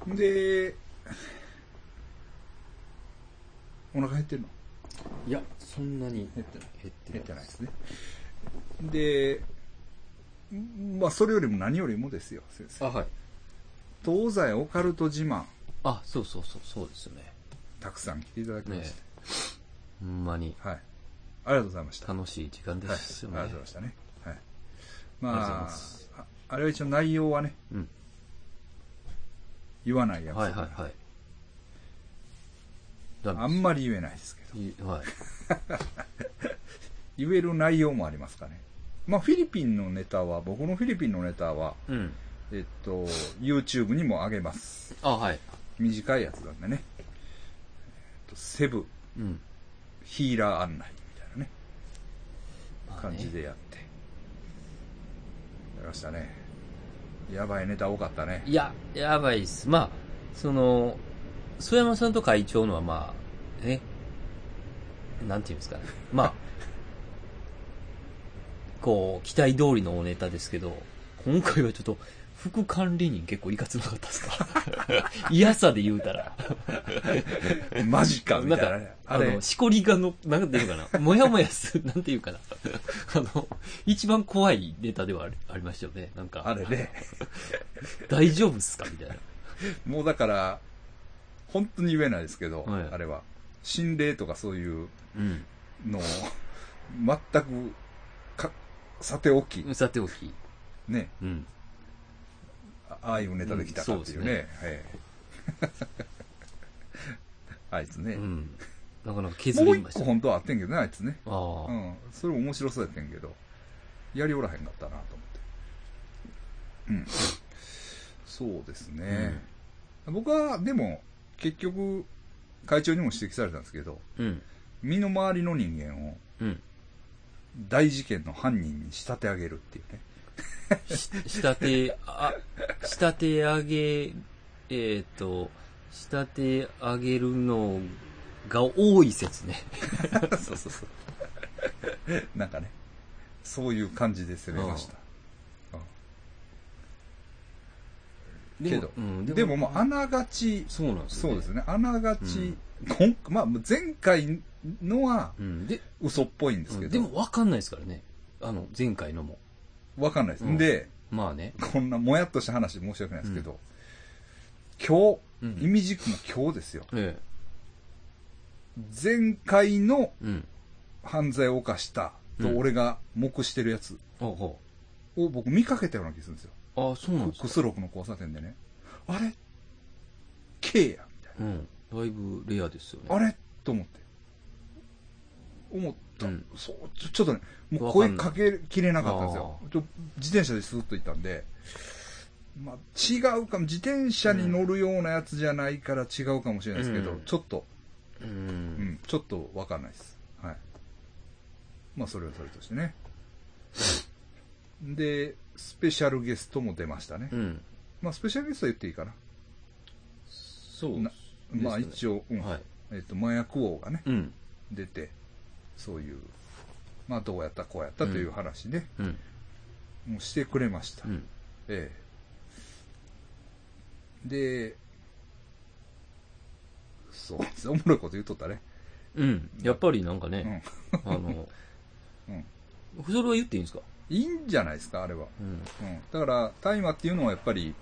で、お腹減ってるの？ いや、そんなに減ってない。 減ってないですね。で、まあそれよりも何よりもですよ、先生。 はい。 東西オカルト自慢。 そうですよね。 たくさん来ていただきまして。ね、 ほんまに。 はい。ありがとうございました。 楽しい時間ですよね。 はい、ありがとうございましたね。はい。まあ、あれは一応内容はね、言わないやつ。 はいはいはい。 あんまり言えないですけど。はい。言える内容もありますかね。まあ、フィリピンのネタは、僕のフィリピンのネタは、YouTube にも上げます。 はい。 短いやつなんでね。セブ、ヒーラー案内みたいなね。感じでやって。やりましたね。やばいネタ多かったね。 いや、やばいっす。まあ、曽山さんと会長のはまあ、なんていうんですかね。まあ、こう、期待通りのおネタですけど、今回はちょっと、副管理人結構いかつなかったですか？嫌さで言うたら。 マジかみたいなね。 あれ、しこりがなんていうかな。もやもやする、なんていうかな。一番怖いネタではありましたよね。なんか。 あれね。 大丈夫っすかみたいな。 もうだから、本当に言えないですけど、あれは。心霊とかそういうのを、全く、さておき。ね。ああいうネタできたかっていうね。あいつね。 なかなか削りました。 もう一個本当はあってんけどね、あいつね。それ面白そうやってんけど、やりおらへんかったなと思って。そうですね。僕は、でも、結局、会長にも指摘されたんですけど、身の回りの人間を、大事件の犯人に仕立て上げるっていうね。 仕立て上げるのが多い説ね。 そう。なんかね、そういう感じで攻めました。けど、でももうあながち、そうなんですよね。そうですね。あながち、まあ前回のは嘘っぽいんですけど。 でも分かんないですからね。前回のも。 分かんないです。で、 まあね。 こんなもやっとした話申し訳ないですけど、今日、意味軸も今日ですよ。前回の犯罪を犯したと俺が目してるやつを僕見かけたような気がするんですよ。 そうなんですか。 クスロクの交差点でね。あれ ?K やみたいな。 だいぶレアですよね。 あれと思った。ちょっとね、もう声かけきれなかったんですよ。自転車でスーッと行ったんで、まあ、違うかも、自転車に乗るようなやつじゃないから違うかもしれないですけど、ちょっと、ちょっとわかんないです。はい。まあ、それはそれとしてね。で、スペシャルゲストも出ましたね。まあ、スペシャルゲストは言っていいかな。 そうですね。 まあ、一応、麻薬王がね、出て、そういう、まあ、どうやったこうやったという話ね、もうしてくれました。で、そうです。おもろいこと言っとったね。 やっぱりなんかね、それは言っていいんですか？ いいんじゃないですか、あれは。だから、大麻っていうのはやっぱり、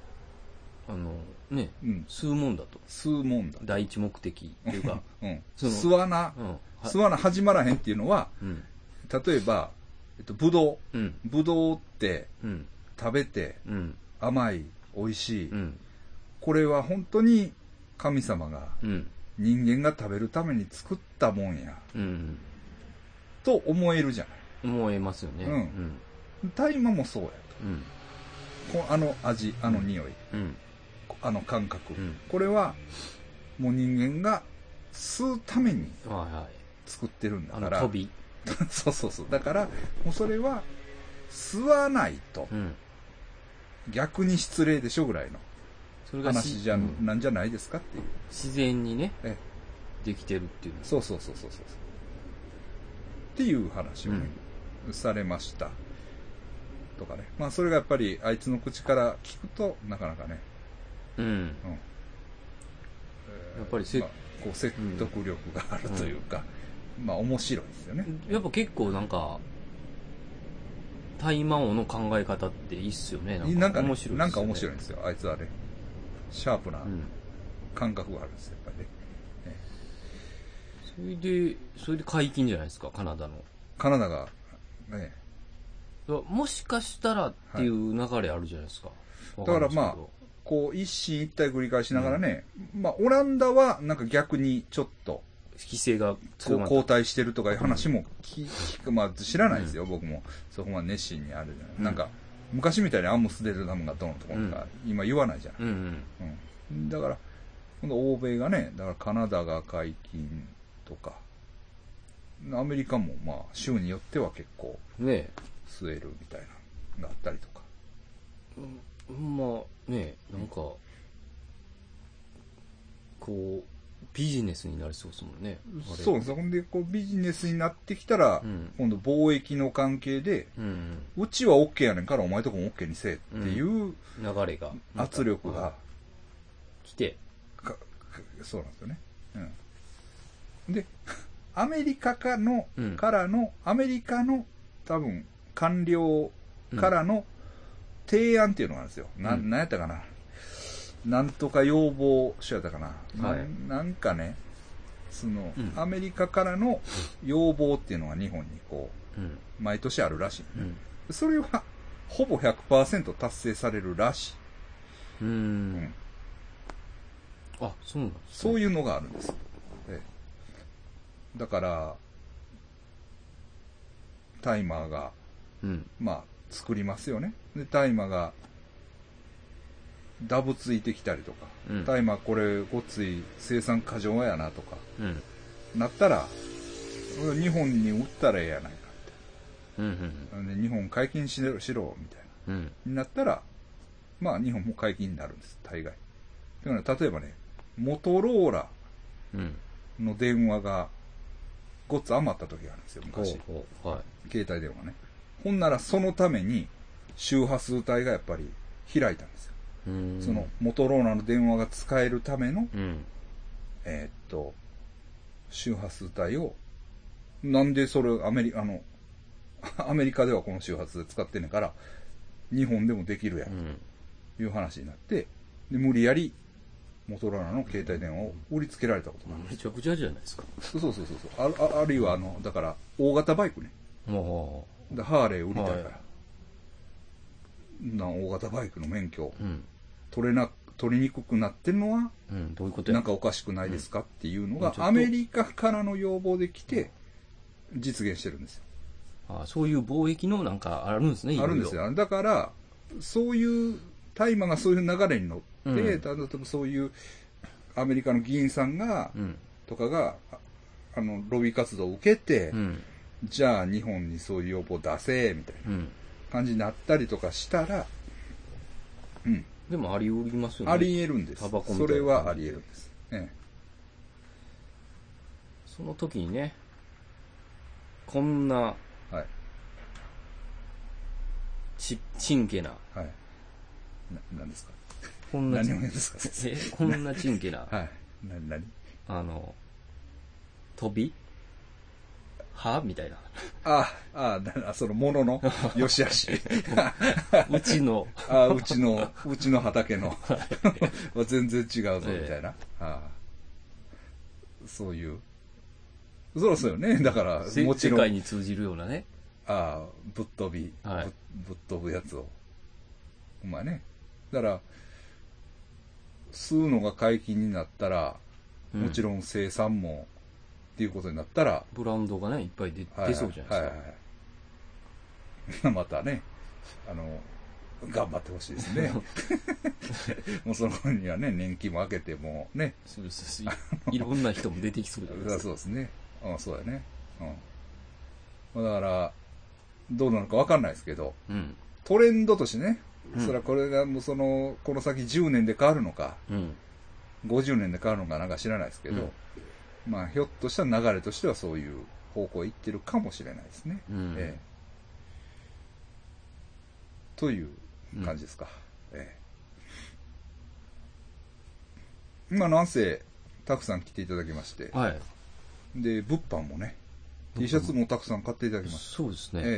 吸うもんだと。 吸うもんだ。 第一目的っていうか。 吸わな始まらへんっていうのは、例えば、ぶどうって食べて甘い、美味しい。これは本当に神様が人間が食べるために作ったもんや。と思えるじゃない。 思えますよね。 大麻もそうやと。あの味、あの匂い、あの感覚。これはもう人間が吸うために作ってるんだから。そう。だから、もうそれは吸わないと、逆に失礼でしょぐらいの話なんじゃないですかっていう。 自然にね、できてるっていう。 そう。っていう話をね、されました。とかね。まあそれがやっぱりあいつの口から聞くと、なかなかね、 うん。やっぱりこう説得力があるというか、まあ面白いですよね。 やっぱ結構なんか、大魔王の考え方っていいっすよね。なんか面白いですよね。 なんか面白いんですよ。あいつはね、シャープな感覚があるんですよ、やっぱりね。それで解禁じゃないですか、カナダの。 カナダが、ね。 もしかしたらっていう流れあるじゃないですか。 だからまあ、こう一進一退繰り返しながらね、まあオランダはなんか逆にちょっと、 規制がこう後退してるとかいう話も聞く、まあ知らないですよ、僕も。そこまで熱心にあるじゃない。なんか、昔みたいにアムステルダムがどうのとか、今言わないじゃない。だから、今度欧米がね、だからカナダが解禁とか、アメリカもまあ州によっては結構、 ね据えるみたいなのがあったりとか。 まあね、なんか、こう、ビジネスになりそうですもんね。 そうです。ほんで、こうビジネスになってきたら、今度貿易の関係で、うちは OK やねんからお前とこも OK にせえっていう流れが、 圧力が来て、 そうなんですよね。で、アメリカからの、アメリカの多分官僚からの提案っていうのがあるんですよ。なんやったかな。なんとか要望書やったかな。なんかね、アメリカからの要望っていうのが日本にこう、毎年あるらしい、それはほぼ 100% 達成されるらしい。 あ、そうなんですね。 そういうのがあるんです。だから、タイマーが、まあ、作りますよね。で、タイマーが、ダブついてきたりとか、タイマーこれごっつい生産過剰やなとか、なったら、日本に売ったらええやないかって。で日本解禁しろみたいな。になったら、まあ日本も解禁になるんです、大概。だから例えばね、モトローラの電話がごっつ余った時があるんですよ、昔。携帯電話ね。ほんならそのために周波数帯がやっぱり開いたんですよ。そのモトローラの電話が使えるための、周波数帯を、なんでそれアメリカではこの周波数で使ってんねんから、日本でもできるやん、という話になって、で、無理やり、モトローラの携帯電話を売りつけられたことがある。 めちゃくちゃじゃないですか。 そう。あるいは、だから、大型バイクね。ハーレー売りたいから。大型バイクの免許、取りにくくなってるのは、 どういうことやなんかおかしくないですかっていうのが、アメリカからの要望で来て、実現してるんですよ。 そういう貿易のなんかあるんですね、 あるんですよ。だから、そういう、大麻がそういう流れに乗って、例えばそういうアメリカの議員さんが、とかが、ロビー活動を受けて、じゃあ日本にそういう要望出せ、みたいな感じになったりとかしたら、 でもあり得りますよね。 あり得るんです。それはあり得るんです。 その時にね、こんな、ちんけな。 何ですか？ 何を言うんですか？ こんなちんけな。 何飛びはみたいな。 そのものの良し悪し。 うちの。 うちの畑の。全然違うぞ、みたいな。そういう。そうですよね。だから、もちろん。 世界に通じるようなね。 ぶっ飛ぶやつを。まあね。だから、吸うのが解禁になったら、もちろん生産も、っていうことになったら。 ブランドがね、いっぱい出そうじゃないですか。またね、頑張ってほしいですね。もうその子にはね、年季も明けてもね。 そうです。いろんな人も出てきそうじゃないですか。 そうですね。そうだね。だから、どうなのかわかんないですけど、トレンドとしてね、それはこれがもうこの先10年で変わるのか、50年で変わるのかなんか知らないですけど、まあひょっとしたら流れとしてはそういう方向へ行ってるかもしれないですね。という感じですか。 なんせ、たくさん来ていただきまして。 はい。 で、物販もね、T シャツもたくさん買っていただきました。 そうですね。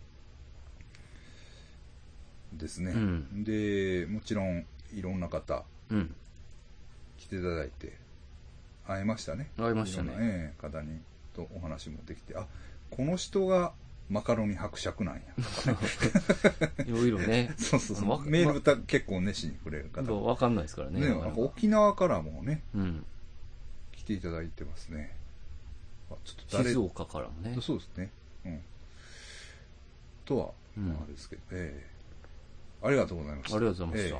ですね。で、もちろん、いろんな方、来ていただいて、会えましたね。 会えましたね。 方にとお話もできて、あ、この人がマカロニ伯爵なんや。 いろいろね。 そうそうそう。メール結構熱心にくれる方。 わかんないですからね。 ね、なんか沖縄からもね、来ていただいてますね。 ちょっと静岡からもね。 そうですね。とは、あれですけど、ありがとうございました。 ありがとうございました。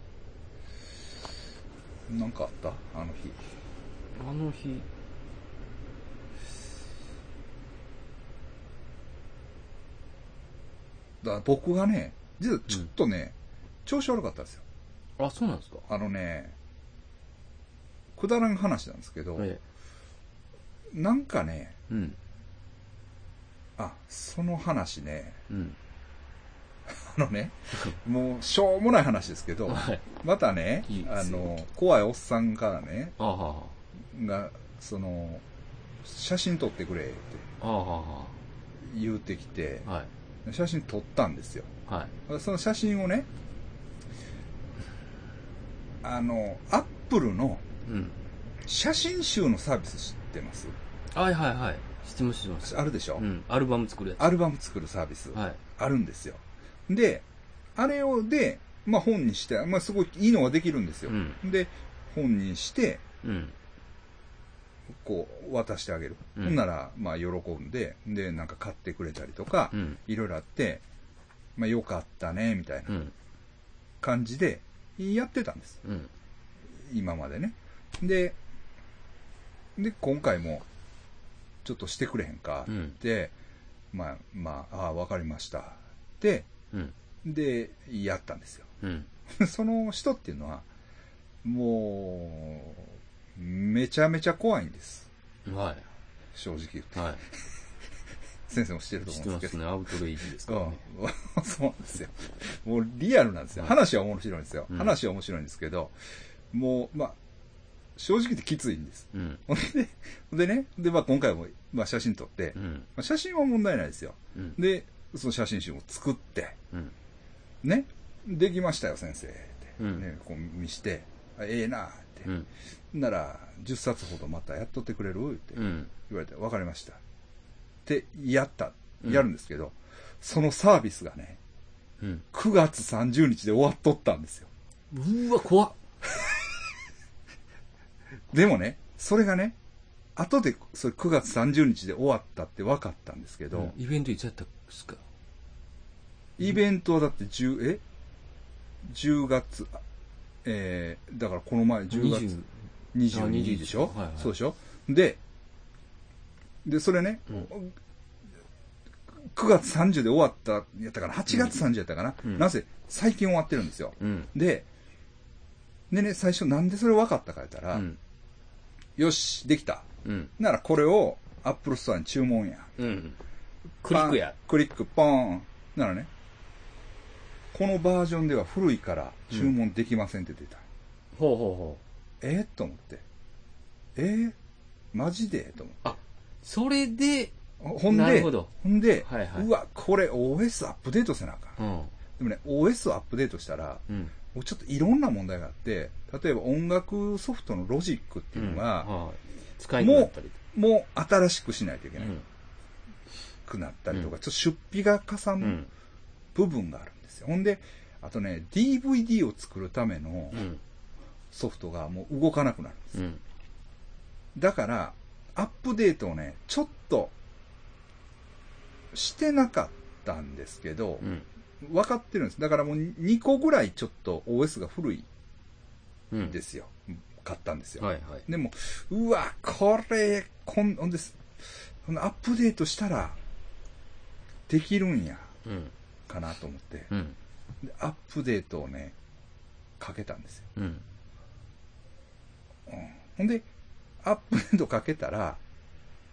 なんかあったあの日。 あの日。 だから僕がね、実はちょっとね、調子悪かったんですよ。 あ、そうなんですか。 くだらん話なんですけど、なんかね、その話ね、もうしょうもない話ですけど、またね、怖いおっさんからね、が、写真撮ってくれって言うてきて、写真撮ったんですよ。その写真をね、アップルの写真集のサービス知ってます？ はいはいはい。知ってます、知ってます。 あるでしょ？ アルバム作るやつ。 アルバム作るサービス。あるんですよ。で、あれをで、本にして、すごいいいのができるんですよ。で、本にして、こう、渡してあげる。ほんなら、喜んで、で、なんか買ってくれたりとか、いろいろあって、よかったね、みたいな感じで、やってたんです。今までね。で、今回も、ちょっとしてくれへんかって、わかりました。で、やったんですよ。その人っていうのは、もう、めちゃめちゃ怖いんです。正直言って。先生も知ってると思うんですけど。 知ってますね。アウトレイジですからね。 そうなんですよ。もうリアルなんですよ。話は面白いんですよ。話は面白いんですけど、もう、正直言ってきついんです。でね、今回も、写真撮って、写真は問題ないですよ。で、その写真集を作って、ね、できましたよ、先生。って、ね、こう見して、ええなって。なら、10冊ほどまたやっとってくれるって言われて、わかりました。ってやるんですけど、そのサービスがね、9月30日で終わっとったんですよ。 うわ、怖っ。 でもね、それがね、後でそれ9月30日で終わったって分かったんですけど、 イベントいつやったんですか？ イベントはだって10月、だからこの前10月22日でしょ？そうでしょ？で、それね、9月30で終わったやったかな、8月30やったかな、なぜ最近終わってるんですよ。でね、最初なんでそれ分かったか言ったら、よし、できた。ならこれをアップルストアに注文や。 クリックや。 クリック、ポーン。ならね、このバージョンでは古いから注文できませんって出た。と思って。マジでと思って。 あ、それで、 ほんで、うわ、これ OS アップデートせなあかん。でもね、OS をアップデートしたら、ちょっといろんな問題があって、例えば音楽ソフトのロジックっていうのが、もう新しくしないといけない。くなったりとか、ちょっと出費がかさむ部分があるんですよ。ほんで、あとね、DVD を作るためのソフトがもう動かなくなるんです。だから、アップデートをね、ちょっとしてなかったんですけど、分かってるんです。だからもう2個ぐらいちょっと OS が古いんですよ。買ったんですよ。でも、うわ、これ、ほんです。アップデートしたら、できるんや、かなと思って、でアップデートをね、かけたんですよ。ほんで、アップデートかけたら、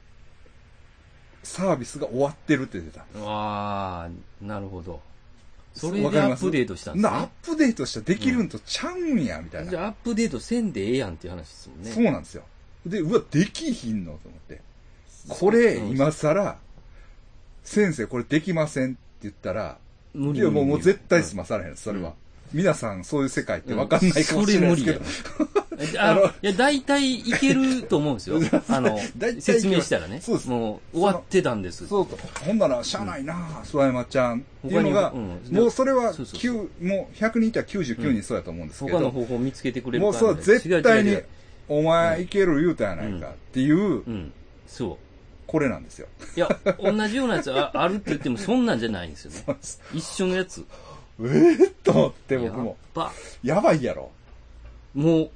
サービスが終わってるって出たんです。 ああ、なるほど。 それでアップデートしたんですね。 アップデートしたらできるんとちゃうんや、みたいな。 じゃあアップデートせんでええやんっていう話ですもんね。 そうなんですよ。で、うわ、できひんのと思って。これ、今更、先生これできませんって言ったら、いや、もう絶対済まされへんです、それは。皆さんそういう世界って分かんないかもしれないですけど。 いや、大体いけると思うんですよ。説明したらね。そうです。もう終わってたんです。 そうと。ほんなら、しゃあないな諏訪山ちゃんっていうのが、もうそれは、もう100人いたら99人そうやと思うんですけど。 他の方法を見つけてくれるから。もうそう、絶対に、お前いける言うたやないかっていう、 そう。 これなんですよ。 いや、同じようなやつあるって言ってもそんなんじゃないんですよね。一緒のやつ。 と思って僕も。やばいやろ。 もう、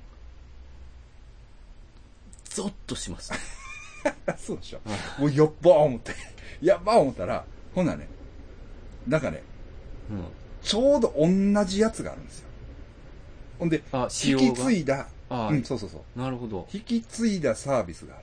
ゾッとします。 そうでしょ。もうやっばー思って。やっばー思ったら、ほんならね、なんかね、ちょうど同じやつがあるんですよ。ほんで、引き継いだ、そうそうそう。 なるほど。 引き継いだサービスがあって、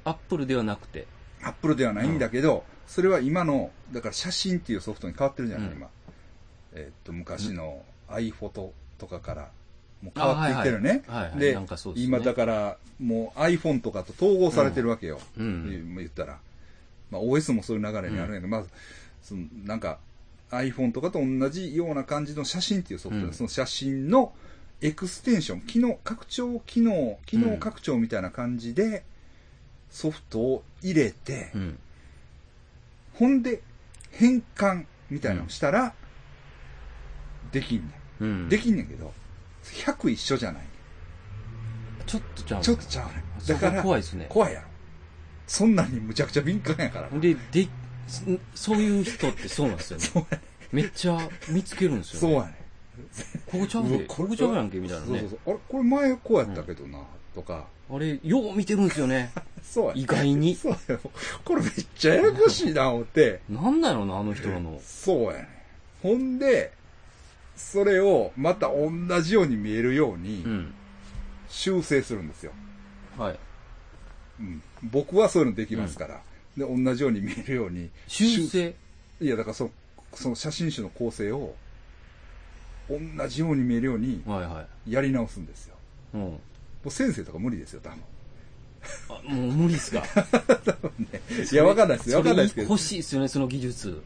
アップルではなくて。 アップルではないんだけど、それは今の、だから写真っていうソフトに変わってるじゃない、今。昔の iPhoto とかからもう変わっていってるね。で、今だからもう iPhone とかと統合されてるわけよ。言ったら。まあ OS もそういう流れにあるんやけど、まず、なんか iPhone とかと同じような感じの写真っていうソフトで、その写真のエクステンション、機能拡張みたいな感じでソフトを入れて、ほんで変換みたいなのをしたら、できんねん。できんねんけど、100一緒じゃない。 ちょっとちゃう。 ちょっとちゃうねん。だから、 怖いですね。 怖いやろ。そんなにむちゃくちゃ敏感やから。 そういう人ってそうなんですよね。そうやね。めっちゃ見つけるんですよ。 そうやね。 ここちゃうで、ここちゃうやんけ、みたいなね。 そうそうそう。あれ、これ前こうやったけどな、とか。 あれ、よう見てるんですよね。 そうや。 意外に。 そうや。これめっちゃややこしいな、思って。 なんだろうな、あの人らの。 そうやね。ほんで、それをまた同じように見えるように修正するんですよ。 はい。 僕はそういうのできますから。で、同じように見えるように。 修正？ いや、だからその写真集の構成を同じように見えるようにやり直すんですよ。もう先生とか無理ですよ、多分。 もう無理っすか。 ね、いや、わかんないですよ。わかんないですけど。 欲しいっすよね、その技術。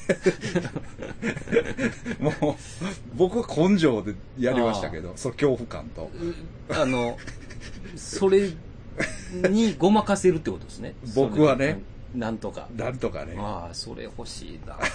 もう、僕は根性でやりましたけど、その恐怖感と。 それにごまかせるってことですね。 僕はね。 なんとか。 なんとかね。 ああ、それ欲しいな。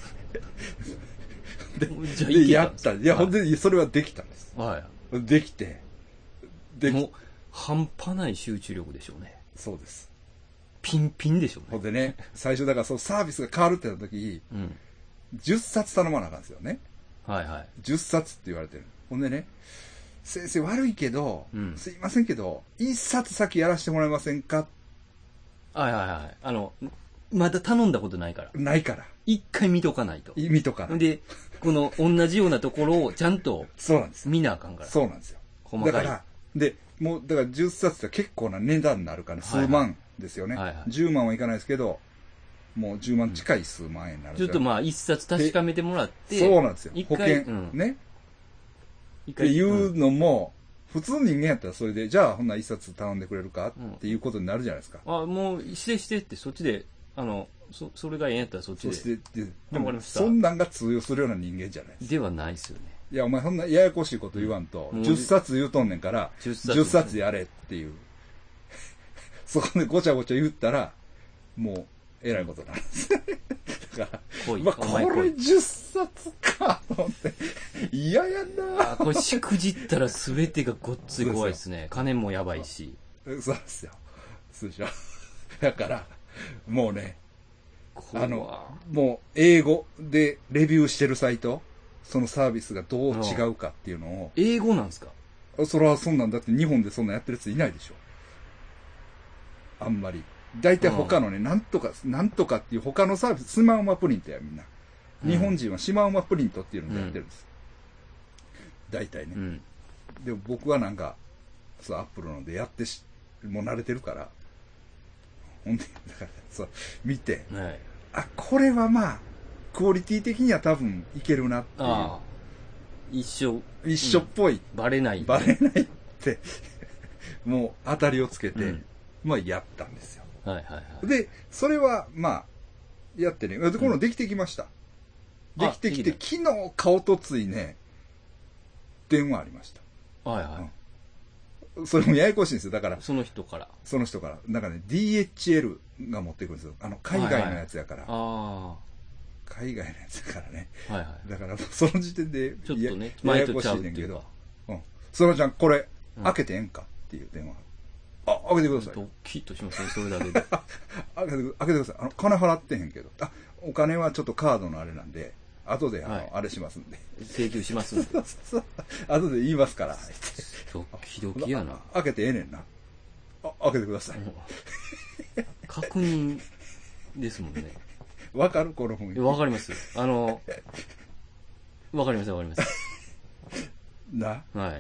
で、やった。いや、ほんで、それはできたんです。 はい。 できて。 もう、半端ない集中力でしょうね。 そうです。 ピンピンでしょうね。 ほんでね、最初だからそのサービスが変わるってなった時、10冊頼まなあかんですよね。 はいはい。 10冊って言われてる。ほんでね、先生悪いけど、すいませんけど、1冊先やらせてもらえませんか？ はいはいはい。まだ頼んだことないから。 ないから。 一回見とかないと。 見とかない。 で、この同じようなところをちゃんとそうなんです。 見なあかんから。 そうなんですよ。 細かい。 だから、で、もう、だから10冊って結構な値段になるから、数万ですよね。10万はいかないですけど、もう10万近い数万円になる。 ちょっとまあ一冊確かめてもらって。 そうなんですよ。保険、ね。っていうのも、普通人間やったらそれで、じゃあほんなら一冊頼んでくれるかっていうことになるじゃないですか。 もうしてってそっちで、それがええんやったらそっちで。 でもそんなんが通用するような人間じゃないですか。 ではないですよね。 いや、お前そんなややこしいこと言わんと、10冊言うとんねんから、10冊やれっていう。そこでごちゃごちゃ言ったら、もう、えらいことなんです。だから、これ10冊か、と思って。嫌やなこれしくじったら全てがごっつい怖いですね。金もやばいし。 そうですよ。そうでしょ。だから、もうね、もう英語でレビューしてるサイト、そのサービスがどう違うかっていうのを。 英語なんですか？ それはそんなんだって日本でそんなんやってるやついないでしょ。あんまり。大体他のね、なんとかっていう他のサービス、スマウマプリントやみんな。日本人はシマウマプリントっていうのでやってるんです。大体ね。でも僕はなんか、そう、アップルのでやってもう慣れてるから、ほんで、だから、そう、見て、これはまあ、 クオリティ的には多分いけるなっていう。 一緒っぽい。 バレない。 バレないって、もう当たりをつけて、まあやったんですよ。 はいはいはい。 で、それは、まあ、やってね、このできてきました。できてきて、昨日顔とついね、電話ありました。 はいはい。 それもややこしいんですよ。だから。 その人から。 なんかね、DHL が持ってくるんですよ。海外のやつやから。海外のやつやからね。はいはい。だから、その時点で、 ちょっとね、 ややこしいねんけど。そのちゃん、これ、開けてええんかっていう電話。開けてください。 ドキッとしますね、それだけで。 開けてください。金払ってへんけど。お金はちょっとカードのあれなんで、後で、あれしますんで。 請求しますんで。 そう。後で言いますから。 ドキドキやな。 開けてええねんな。開けてください。 確認ですもんね。 わかるこの雰囲気。 わかります。わかります。 な。 はい。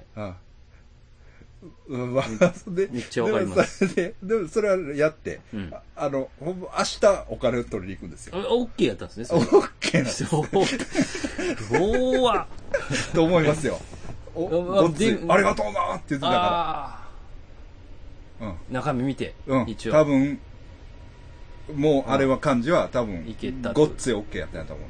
めっちゃわかります。 でもそれはやって、ほぼ明日お金を取りに行くんですよ。 オッケーやったんですね。 オッケーなんですよ。 そうは。 と思いますよ。ありがとうなって言ってたから。 中身見て、一応。 多分、もうあれは漢字は多分、ごっついオッケーやったんやと思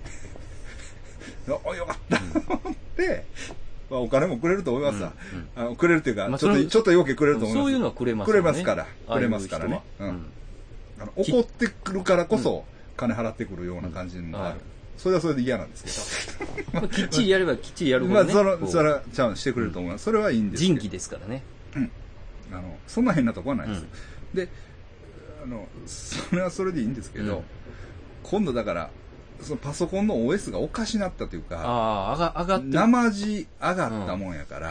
うね。よかったってお金もくれると思いますわ。くれるっていうか、ちょっと要件くれると思います。 そういうのはくれますね。くれますから。くれますからね。怒ってくるからこそ、金払ってくるような感じになる。それはそれで嫌なんですけど。きっちりやればきっちりやるほどね。 それはちゃんしてくれると思います。それはいいんですけど。 人気ですからね。 そんな変なとこはないです。で、それはそれでいいんですけど、今度だから、そのパソコンの OS がおかしなったというか、 上がって生地上がったもんやから、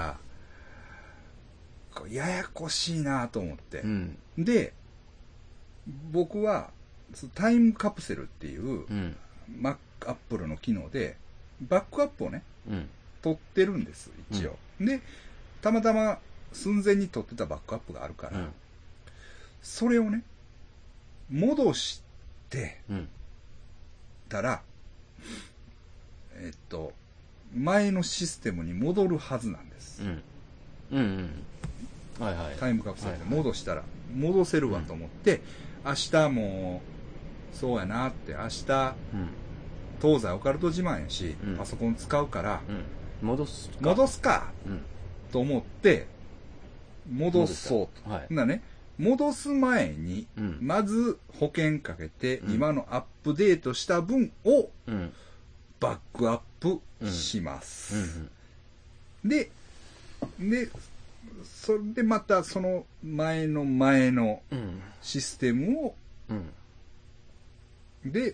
ややこしいなと思って。で、僕は、タイムカプセルっていう、Apple の機能で、バックアップをね、取ってるんです、一応。で、たまたま寸前に取ってたバックアップがあるから、それをね、戻して、たら、前のシステムに戻るはずなんです。タイムカプセルで戻したら、戻せるわと思って、明日も、そうやなって、明日、東西オカルト自慢やし、パソコン使うから、 戻すか、と思って、戻そうと。ね、戻す前に、まず保険かけて、今のアップデートした分を、バックアップします。で、それでまたその前のシステムを、で、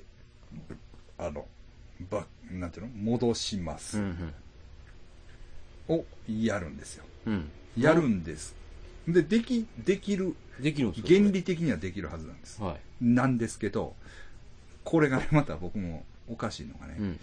なんていうの戻します。をやるんですよ。やるんです。で、できる。原理的にはできるはずなんです。なんですけど、これがね、また僕もおかしいのがね、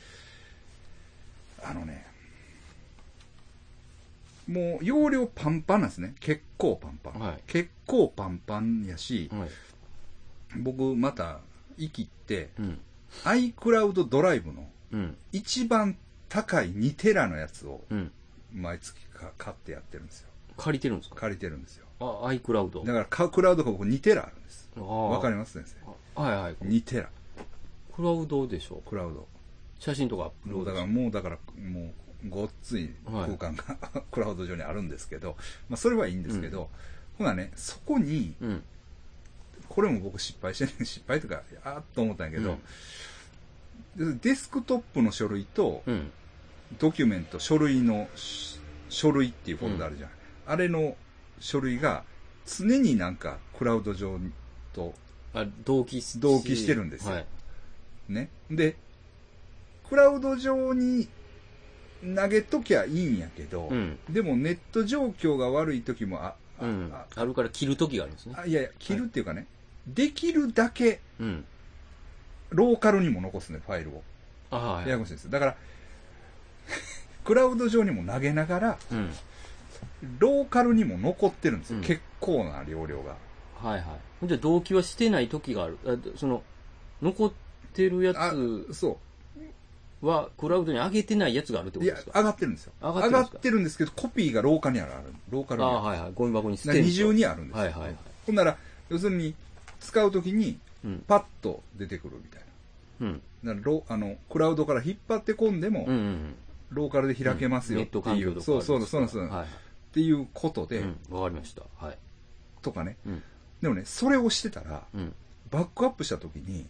もう容量パンパンなんですね。結構パンパン。結構パンパンやし、僕また生きって、iCloud ドライブの一番高い2テラのやつを毎月買ってやってるんですよ。 借りてるんですか？ 借りてるんですよ。 iCloud。 だからクラウドが僕2テラあるんです。わかります先生？2テラ。 クラウドでしょ？ クラウド。 写真とかアップロード。 だからごっつい空間が、クラウド上にあるんですけど、まあそれはいいんですけど、ほなね、そこに、これも僕失敗とか、と思ったんやけど、デスクトップの書類と、ドキュメント、書類っていうフォルダあるじゃん。あれの書類が常になんかクラウド上と同期してるんですよ。ね。で、クラウド上に投げときゃいいんやけど、でもネット状況が悪い時もあるから切る時があるんですね。 いや、切るっていうかね、できるだけ、ローカルにも残すね、ファイルを。ややこしいです。だから、クラウド上にも投げながら、ローカルにも残ってるんですよ。結構な容量が。 じゃあ同期はしてない時がある。残ってるやつ。 そう。 はクラウドに上げてないやつがあるってことですか？ いや、上がってるんですよ。上がってるんですけど、コピーが廊下にある。ローカルにある。 はいはい。ゴミ箱に捨てる。 二重にあるんですよ。 はいはいはい。 ほんなら、要するに、使うときに、パッと出てくるみたいな。だからクラウドから引っ張ってこんでも、ローカルで開けますよっていう。そう。っていうことで。 わかりました。はい。 とかね。でもね、それをしてたら、バックアップしたときに、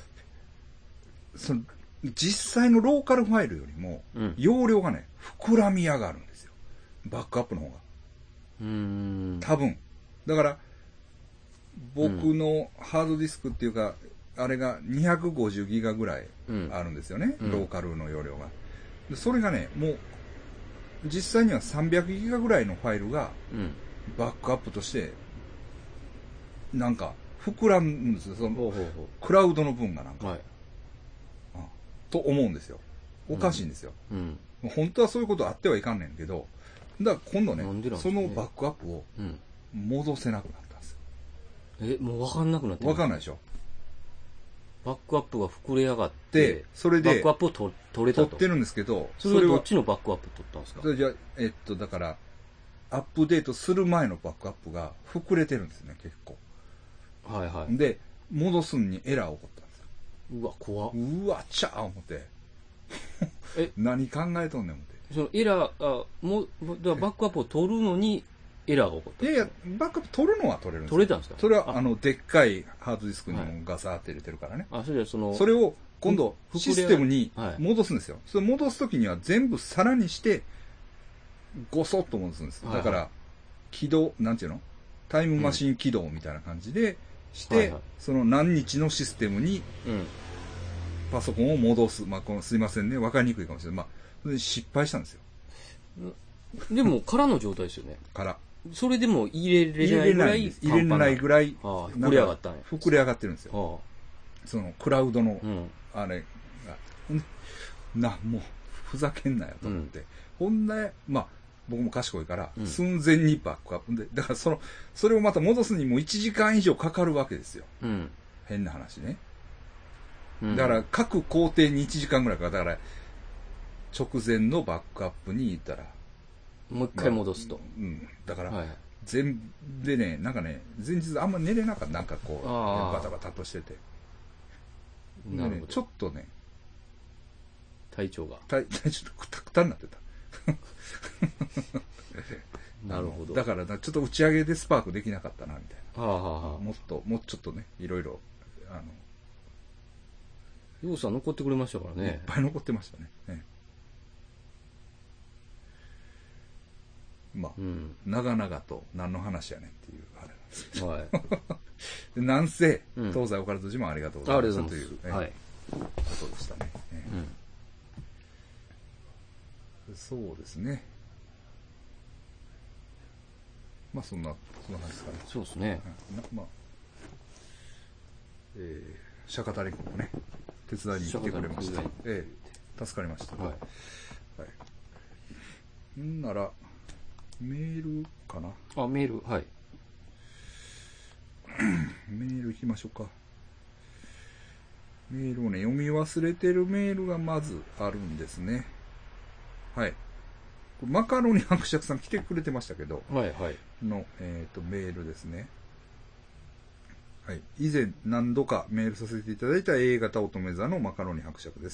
実際のローカルファイルよりも、容量がね、膨らみ上がるんですよ。バックアップの方が。多分。だから、僕のハードディスクっていうか、あれが250ギガぐらいあるんですよね。ローカルの容量が。でそれがね、もう、実際には300ギガぐらいのファイルが、バックアップとして、なんか、膨らむんですよ。その、クラウドの分がなんか。と思うんですよ。おかしいんですよ。本当はそういうことあってはいかんねんけど、だから今度ね、そのバックアップを戻せなくなったんですよ。 もう分かんなくなってる。 分かんないでしょ。 バックアップが膨れ上がって、 それで、 バックアップを取れたと。 取ってるんですけど、 それはどっちのバックアップ取ったんですか？ それじゃ、だから、アップデートする前のバックアップが膨れてるんですね、結構。 はいはい。 で、戻すにエラー起こったんですよ。 うわ、怖っ。 うわ、ちゃー思って。何考えとんねん思って。 そのエラー、バックアップを取るのにエラーが起こった。 いやいや、バックアップ取るのは取れるんですよ。 取れたんですか？ それは、でっかいハードディスクにもガサーって入れてるからね。それを今度、システムに戻すんですよ。それ戻すときには全部皿にして、ごそっと戻すんです。だから、起動、なんていうの？タイムマシン起動みたいな感じでして、その何日のシステムに、パソコンを戻す。まあ、すいませんね。わかりにくいかもしれない。まあ、それで失敗したんですよ。 でも、空の状態ですよね。 空。 それでも入れれないぐらい入れないぐらい、 膨れ上がったんや。 膨れ上がってるんですよ。その、クラウドの、あれが、もう、ふざけんなよと思って。ほんで、まあ、僕も賢いから、寸前にバックアップで、だからそれをまた戻すにも1時間以上かかるわけですよ。変な話ね。だから、各工程に1時間ぐらいかかる。だから、直前のバックアップに行ったら、 もう一回戻すと。 だから、全でね、なんかね、前日あんま寝れなかった。なんかこう、バタバタとしてて。なるほど。ちょっとね、 体調が。 ちょっとくたくたになってた。 なるほど。 だからちょっと打ち上げでスパークできなかったな、みたいな。もうちょっとね、いろいろ、 要素は残ってくれましたからね。 いっぱい残ってましたね。まあ、長々と何の話やねんっていうあれなんですけど。はい。なんせ、東西オカルト自慢ありがとうございましたという、ことでしたね。そうですね。まあそんな話ですかね。 そうですね。 まあ、釈迦タレ君もね、手伝いに来てくれました。助かりました。はい。んなら、メールかな。 メール、はい。 メール行きましょうか。メールをね、読み忘れてるメールがまずあるんですね。はい。マカロニ伯爵さん来てくれてましたけど、 はいはい。 の、メールですね。はい。以前何度かメールさせていただいた A 型乙女座のマカロニ伯爵です。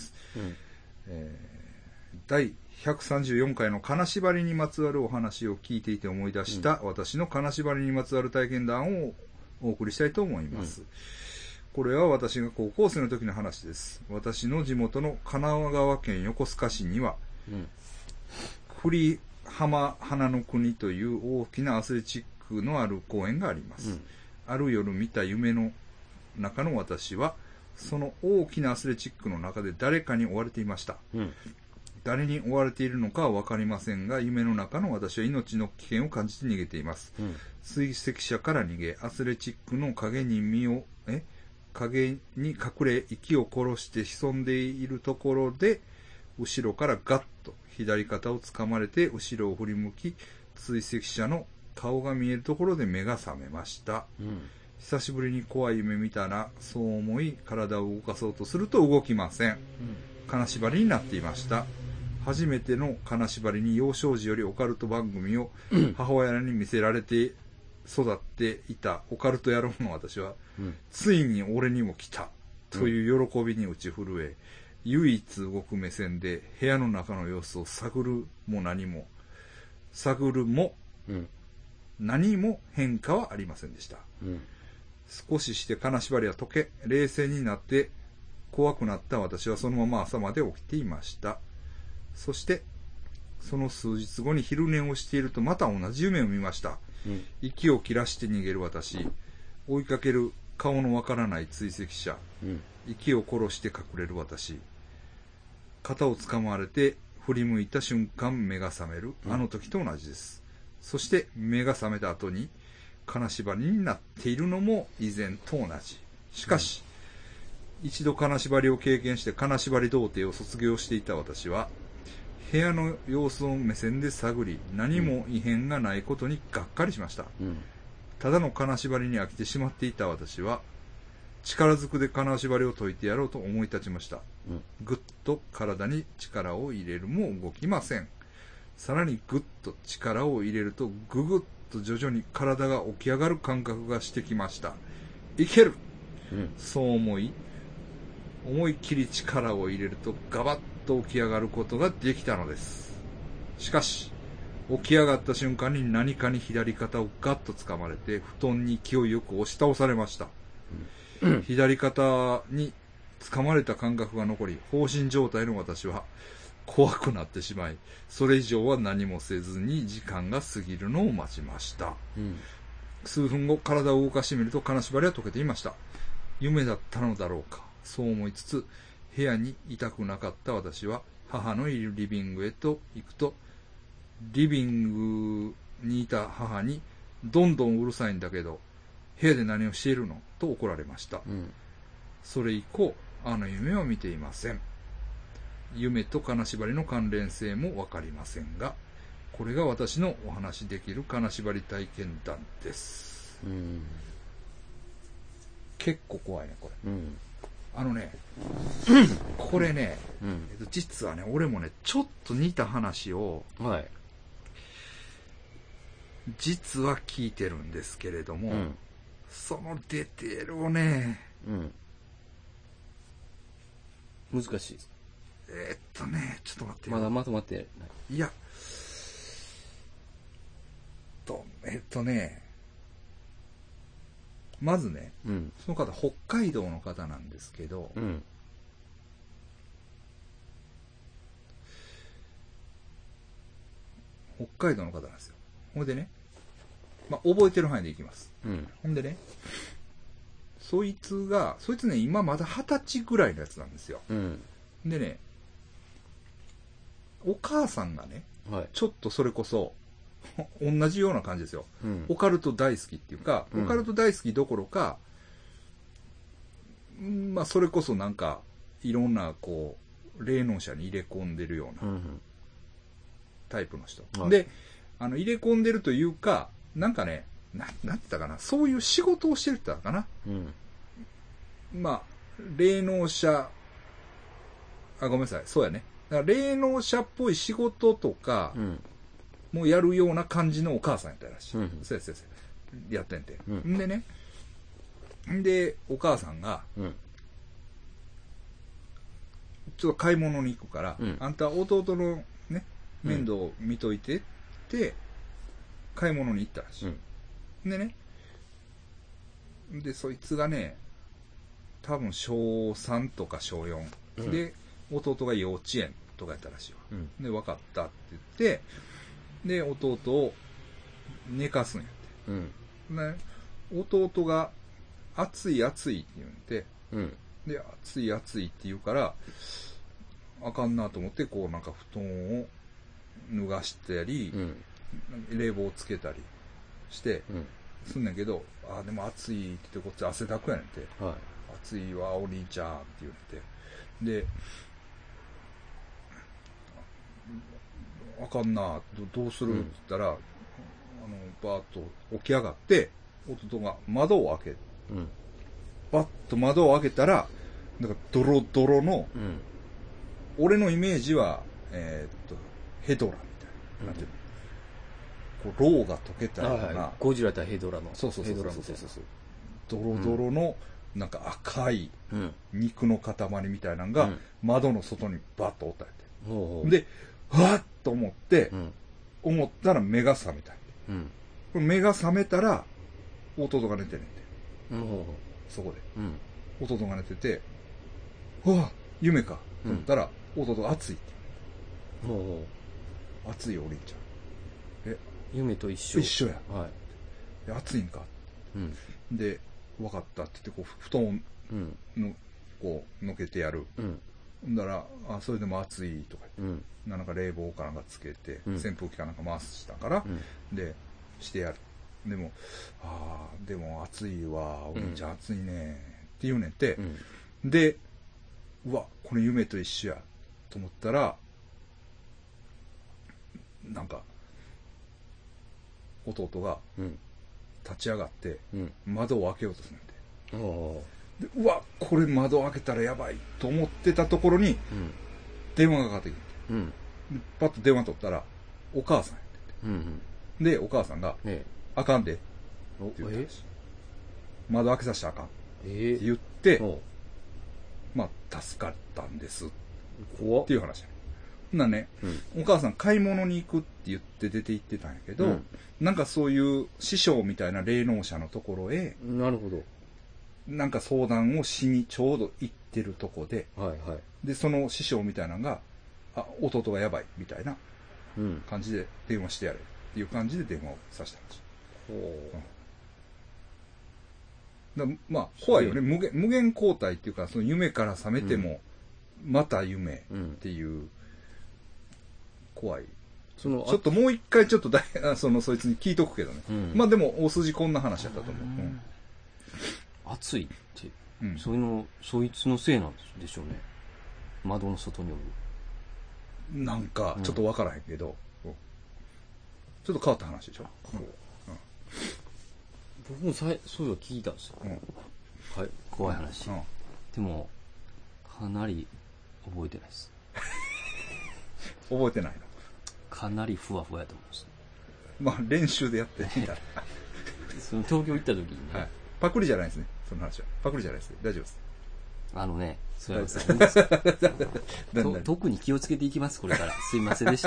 第134回の金縛りにまつわるお話を聞いていて思い出した、私の金縛りにまつわる体験談をお送りしたいと思います。これは私が高校生の時の話です。私の地元の神奈川県横須賀市には、栗浜花の国という大きなアスレチックのある公園があります。ある夜見た夢の中の私は、その大きなアスレチックの中で誰かに追われていました。誰に追われているのかは分かりませんが、夢の中の私は命の危険を感じて逃げています。追跡者から逃げ、アスレチックの影に隠れ息を殺して潜んでいるところで、後ろからガッと左肩を掴まれて後ろを振り向き、追跡者の顔が見えるところで目が覚めました。久しぶりに怖い夢見たら、そう思い体を動かそうとすると動きません。 金縛りになっていました。初めての金縛りに幼少時よりオカルト番組を母親に見せられて育っていたオカルト野郎の私は、ついに俺にも来たという喜びに打ち震え、唯一動く目線で部屋の中の様子を探るも何も変化はありませんでした。少しして金縛りは解け、冷静になって怖くなった私はそのまま朝まで起きていました。そしてその数日後に昼寝をしているとまた同じ夢を見ました。息を切らして逃げる私、追いかける顔のわからない追跡者、息を殺して隠れる私、肩を掴まれて振り向いた瞬間目が覚める、あの時と同じです。そして目が覚めた後に金縛りになっているのも以前と同じ。しかし、一度金縛りを経験して金縛り童貞を卒業していた私は、部屋の様子を目線で探り、何も異変がないことにがっかりしました。ただの金縛りに飽きてしまっていた私は、力ずくで金縛りを解いてやろうと思い立ちました。ぐっと体に力を入れるも動きません。さらにぐっと力を入れると、ぐぐっと徐々に体が起き上がる感覚がしてきました。いける、そう思いっきり力を入れるとガバッと起き上がることができたのです。しかし起き上がった瞬間に何かに左肩をガッと掴まれて布団に勢いよく押し倒されました。左肩に掴まれた感覚が残り、放心状態の私は怖くなってしまい、それ以上は何もせずに時間が過ぎるのを待ちました。数分後、体を動かしてみると金縛りは解けていました。夢だったのだろうか、そう思いつつ部屋にいたくなかった私は母のいるリビングへと行くと、リビングにいた母にどんどんうるさいんだけど部屋で何をしているのと怒られました。それ以降あの夢は見ていません。夢と金縛りの関連性もわかりませんが、これが私のお話できる金縛り体験談です。結構怖いねこれ。これね、実はね、俺もねちょっと似た話を、実は聞いてるんですけれども、そのディテールをね、 難しい。 ちょっと待ってよ。 まだまとまってない。 いや、まずね、その方北海道の方なんですけど、北海道の方なんですよ。ほんでね、覚えてる範囲でいきます。ほんでね、そいつね、今まだ20歳ぐらいのやつなんですよ。でね、お母さんがね、ちょっとそれこそ同じような感じですよ。オカルト大好きっていうか、オカルト大好きどころか、それこそなんかいろんなこう霊能者に入れ込んでるようなタイプの人、で、入れ込んでるというか、なんかね、なんて言ったかな、そういう仕事をしてるって言ったかな。霊能者、ごめんなさい、そうやね。だから霊能者っぽい仕事とか、もうやるような感じのお母さんやったらしい。そうやってんて。でね、で、お母さんが、ちょっと買い物に行くから、あんた弟のね、面倒を見といてって、買い物に行ったらしい。でね、で、そいつがね、多分小3とか小4、で、弟が幼稚園とかやったらしいわ。で、分かったって言って、で、弟を寝かすんやって。ね、弟が暑い暑いって言うんで、で、暑い暑いって言うから、あかんなと思って、こうなんか布団を脱がしたり、冷房をつけたりして、すんねんけど、でも暑いってこっち汗だくやねんて。暑いわ、お兄ちゃんって言って。で、あかんな、どうするって言ったら、バーッと起き上がって、弟が窓を開け、バッと窓を開けたら、なんかドロドロの俺のイメージは、ヘドラみたいな。なんていうの、こう、ローが溶けたような。 ゴジラ対ヘドラの。 そう。ドロドロの、なんか赤い肉の塊みたいなのが、窓の外にバッとおったんやて。で、わっと思って、思ったら目が覚めたんやて。目が覚めたら、弟が寝てんねんて。そこで。弟が寝てて、うわ、夢かと思ったら、弟が熱いって。熱いよ、おりんちゃん。 夢と一緒。 一緒や。熱いんか。で、分かったって言って、こう、布団の、こう、のけてやる。ほんだら、それでも暑いとか言って、なんか冷房かなんかつけて、扇風機かなんか回したから、で、してやる。でも、でも暑いわ、お兄ちゃん暑いね、って言うねんて、で、うわ、この夢と一緒や、と思ったら、なんか、弟が、立ち上がって、窓を開けようとするんで。で、うわ、これ窓を開けたらやばいと思ってたところに、電話がかかってきて、でパッと電話取ったら、お母さんやってて、で、お母さんが、あかんで、って言ったらしい。窓開けさせたらあかん。って言って、まあ、助かったんです。っていう話や。ほんならね、お母さん買い物に行くって言って出て行ってたんやけど、なんかそういう師匠みたいな霊能者のところへ、 なるほど。 なんか相談をしにちょうど行ってるとこで、で、その師匠みたいなのが、弟がやばいみたいな感じで電話してやれっていう感じで電話をさせたんですよ。まあ、怖いよね。無限交代っていうか、その夢から覚めても、また夢っていう、怖い。ちょっともう一回ちょっとそいつに聞いとくけどね。まあでも、大筋こんな話だったと思う。 暑いって、そいつのせいなんでしょうね。窓の外におる。 なんか、ちょっとわからへんけど、ちょっと変わった話でしょ。 僕もそういうの聞いたんですよ。怖い話。でも、かなり覚えてないです。 覚えてないの？ かなりふわふわやと思います。 まあ、練習でやってみたら。 その東京行った時にね、 パクリじゃないですね、その話は。パクリじゃないです。大丈夫です。 それは特に気をつけていきます、これから。すいませんでした。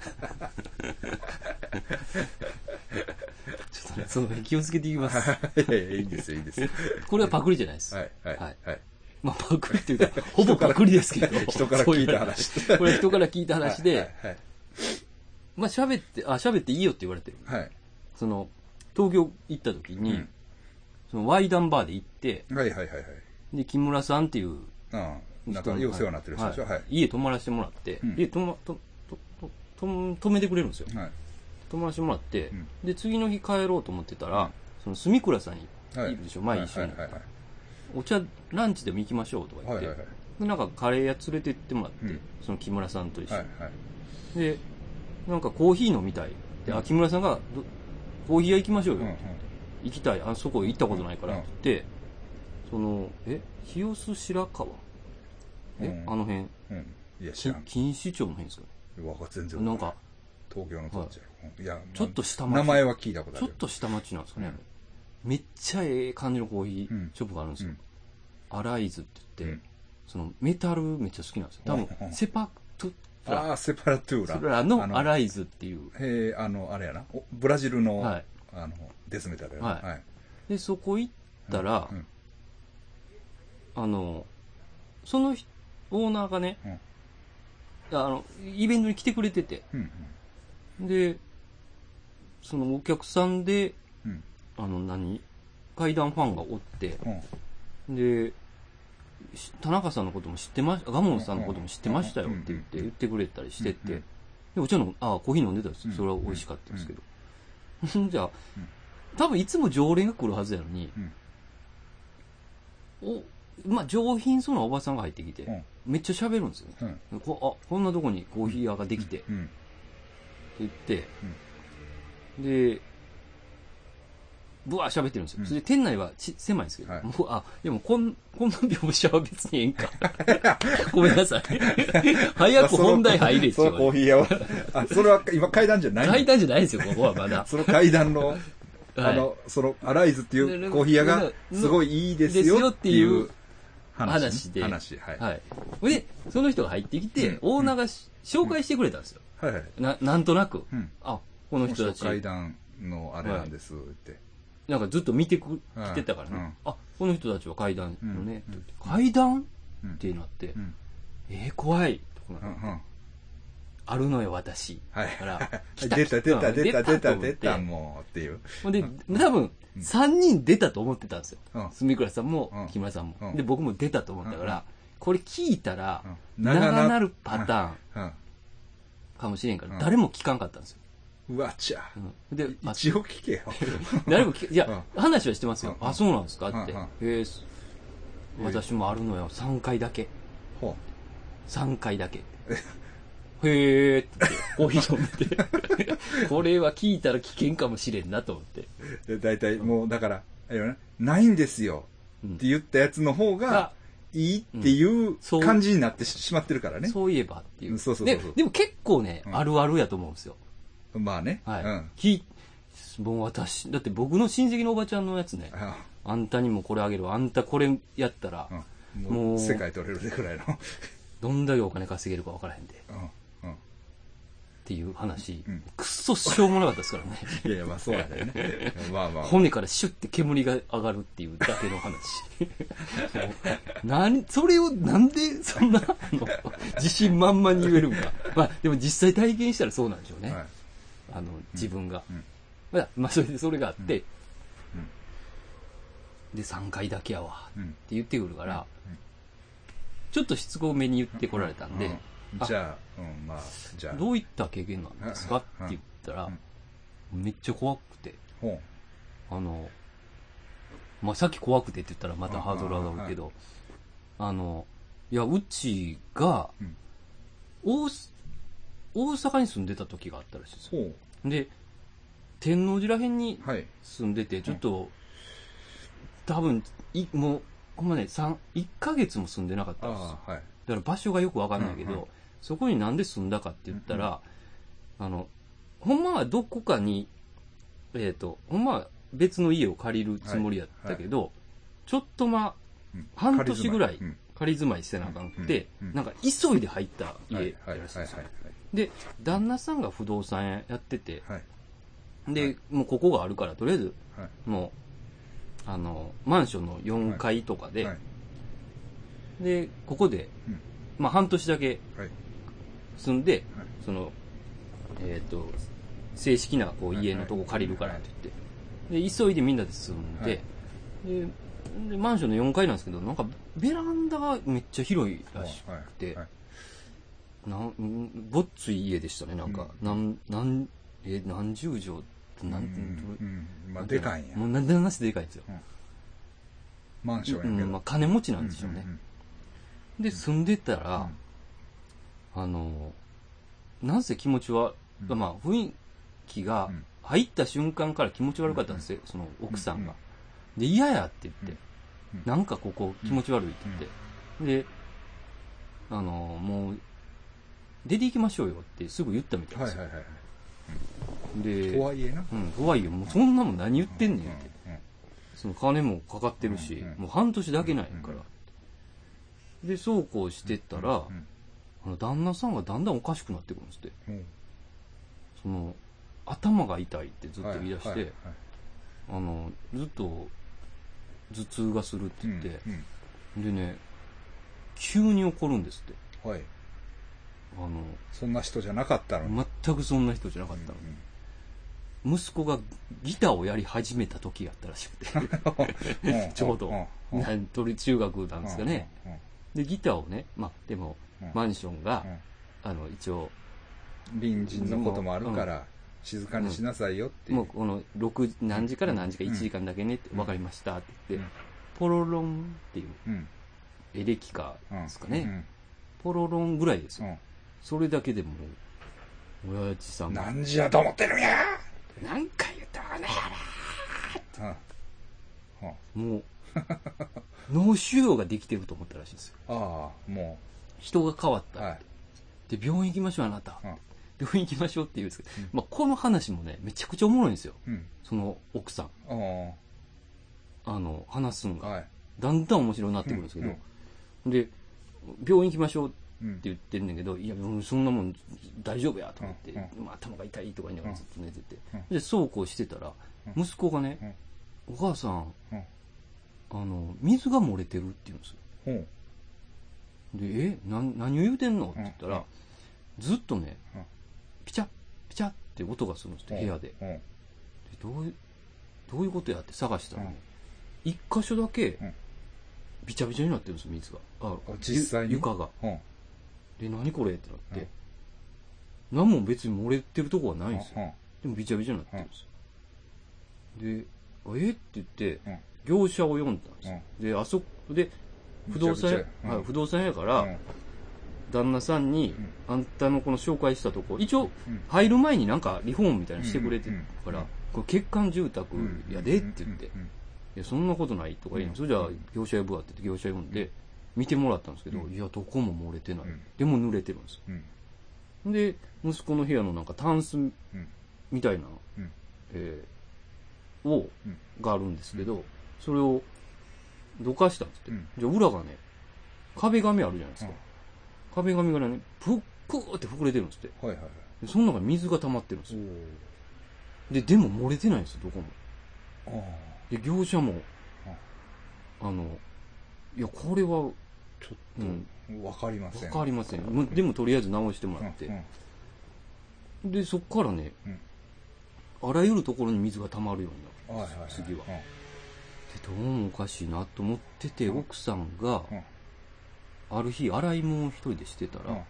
ちょっとね、その辺気をつけていきます。 いいですよ、いいですよ。 これはパクリじゃないです。 はい。 まあ、パクリっていうか、ほぼパクリですけど。 人から聞いた話。 これ人から聞いた話で、まあ、喋っていいよって言われてる。その、東京行った時に、そのワイダンバーで行って、で、木村さんっていう、 なんか、よう世話になってる人でしょ。 家泊まらせてもらって、家泊めてくれるんですよ。泊まらせてもらって、で、次の日帰ろうと思ってたら、その、住倉さんにいるでしょ、前一緒に。お茶、ランチでも行きましょうとか言って、で、なんかカレー屋連れて行ってもらって、その木村さんと一緒に。で、なんかコーヒー飲みたい。で、木村さんが、コーヒー屋行きましょうよ。行きたい。そこ行ったことないからって言って、その、清須白河あの辺。いや、知らん。錦糸町の辺ですかね。 全然なんか、東京の土地や。いや、 ちょっと下町。 名前は聞いたことある。 ちょっと下町なんですかね。めっちゃええ感じのコーヒーショップがあるんですよ。アライズって言って、そのメタルめっちゃ好きなんですよ。多分、セパラトゥーラのアライズっていう。 あれやな。ブラジルの、デスメタルやな。 で、そこ行ったら、そのオーナーがね、イベントに来てくれてて、で、そのお客さんで、怪談ファンがおって、で、田中さんのことも知ってました、ガモンさんのことも知ってましたよって言ってくれたりしてて、で、お茶の、コーヒー飲んでたんですよ。それは美味しかったんですけど。じゃあ、多分いつも常連が来るはずやのに、まあ、上品そうなおばさんが入ってきて、めっちゃ喋るんですよ。こんなとこにコーヒー屋ができて、って言って、で、 ブワー喋ってるんですよ。それで店内は狭いんですけど、でもこんな描写は別にええんか。ごめんなさい。早く本題入れって言われて。そのコーヒー屋は、それは今階段じゃない階段じゃないですよ、ここはまだ。 その階段の、そのアライズっていうコーヒー屋がすごいいいですよっていう話で。はい。で、その人が入ってきて、オーナーが紹介してくれたんですよ。なんとなく。この人たち。 階段のあれなんです、って。 なんかずっと見てきてたからね。この人たちは階段のね。階段ってなって、怖い。あるのよ、私。 だから、出た、もう、っていう。 で、多分、3人出たと思ってたんですよ。住倉さんも、木村さんも。で、僕も出たと思ったから、これ聞いたら、長なるパターンかもしれんから、誰も聞かんかったんですよ。 うわちゃ。で、一応聞けよ。 誰も聞け、いや、話はしてますよ。あ、そうなんですかって。私もあるのよ、3回だけ。3回だけ。へーってコーヒー飲んでて。これは聞いたら危険かもしれんなと思って。 だいたいもう、だから、ないんですよって言ったやつの方がいいっていう感じになってしまってるからね。 そういえばっていう。でも結構ね、あるあるやと思うんですよ。 まあね。 はい。もう私、だって僕の親戚のおばちゃんのやつね、あんたにもこれあげるわ、あんたこれやったら、 もう世界取れるでくらいの。 どんだけお金稼げるか分からへんで。っていう話、くっそしょうもなかったですからね。 いやいや、まあそうやね。まあまあ。 骨からシュッて煙が上がるっていうだけの話。それをなんでそんな自信満々に言えるんか。まあでも実際体験したらそうなんでしょうね。自分が。まあそれがあって、で3回だけやわって言ってくるから、ちょっとしつこめに言ってこられたんで、 じゃあ、 どういった経験なんですかって言ったら、めっちゃ怖くて、まあさっき怖くてって言ったらまたハードル上がるけど、いや、うちが、大阪に住んでた時があったらしいですよ。で、天王寺ら辺に住んでて、ちょっと、多分、もう、ほんまね、1ヶ月も住んでなかったんですよ。だから場所がよくわかんないけど、そこになんで住んだかって言ったら、ほんまはどこかに、ほんまは別の家を借りるつもりやったけど、ちょっと半年ぐらい仮住まいしてなあかんくて、なんか急いで入った家らしいんですよ。で、旦那さんが不動産屋やってて、で、もうここがあるから、とりあえず、もう、マンションの4階とかで、で、ここで、まあ半年だけ住んで、その、正式なこう家のとこ借りるからって言って、で、急いでみんなで住んで、で、マンションの4階なんですけど、なんかベランダがめっちゃ広いらしくて、ぼっつい家でしたね、なんか、何十畳ってまあでかいんや。 もう何でなしでかいんですよ。 マンションやけど。 まあ金持ちなんでしょうね。で、住んでたら、なんせ気持ちは、まあ雰囲気が入った瞬間から気持ち悪かったんですよ、その奥さんが。で、嫌やって言って、なんかここ気持ち悪いって言って、で、もう、出て行きましょうよってすぐ言ったみたいですよ。で、 とはいえな。 とはいえ、もうそんなもん何言ってんねんって。その金もかかってるし、もう半年だけなんやから。で、そうこうしてったら、旦那さんがだんだんおかしくなってくるんですって。その、頭が痛いってずっと言い出して、ずっと頭痛がするって言って、でね、急に怒るんですって。 はい。そんな人じゃなかったのに。 全くそんな人じゃなかったのに。息子がギターをやり始めた時やったらしくて。ちょうど。中学なんですかね。で、ギターをね、まあ、でも、マンションが、一応、 隣人のこともあるから、静かにしなさいよっていう。 もう、この、何時から何時か1時間だけねって、分かりましたって言って、ポロロンっていう、エレキカーですかね。ポロロンぐらいですよ。それだけでもう、親父さんが。何時やと思ってるんや何回言ったわねやらもう、脳腫瘍ができてると思ったらしいんですよ。 ああ、もう。人が変わった。 はい、 で、病院行きましょう、あなた。病院行きましょうって言うんですけど、まあ、この話もね、めちゃくちゃおもろいんですよ。その奥さん。話すんが、はい。だんだん面白くなってくるんですけど、で、病院行きましょうって言ってるんだけど、いや、そんなもん大丈夫やと思って、頭が痛いとか言いながらずっと寝てて、で、そうこうしてたら、息子がね、お母さん、水が漏れてるって言うんですよ。で、何を言うてんのって言ったら、ずっとね、ピチャッ、ピチャッって音がするんですって、部屋で。でどういうことやって探したらね、一箇所だけ、びちゃびちゃになってるんですよ、水が。 実際に床が。で、何これってなって、何も別に漏れてるとこはないんですよ。でもびちゃびちゃになってるんですよ。で、って言って、業者を呼んだんですよ。で、あそこで、不動産屋から、旦那さんに、あんたのこの紹介したとこ、一応、入る前になんかリフォームみたいなのしてくれてるから、これ欠陥住宅やでって言って、いや、そんなことないとか言います。じゃあ、業者呼ぶわって言って、業者呼んで、見てもらったんですけど、いや、どこも漏れてない。でも濡れてるんですよ。で、息子の部屋のなんかタンスみたいな、があるんですけど、それをどかしたんですって。じゃあ、裏がね、壁紙あるじゃないですか。壁紙がね、ぷっくーって膨れてるんですって。その中に水が溜まってるんですよ。でも漏れてないんですよ、どこも。で、業者も、いや、これは、 ちょっと、わかりません。 わかりません。でも、とりあえず直してもらって。で、そっからね、あらゆるところに水が溜まるようになるんですよ、次は。で、どうもおかしいなと思ってて、奥さんが、ある日、洗い物を一人でしてたら、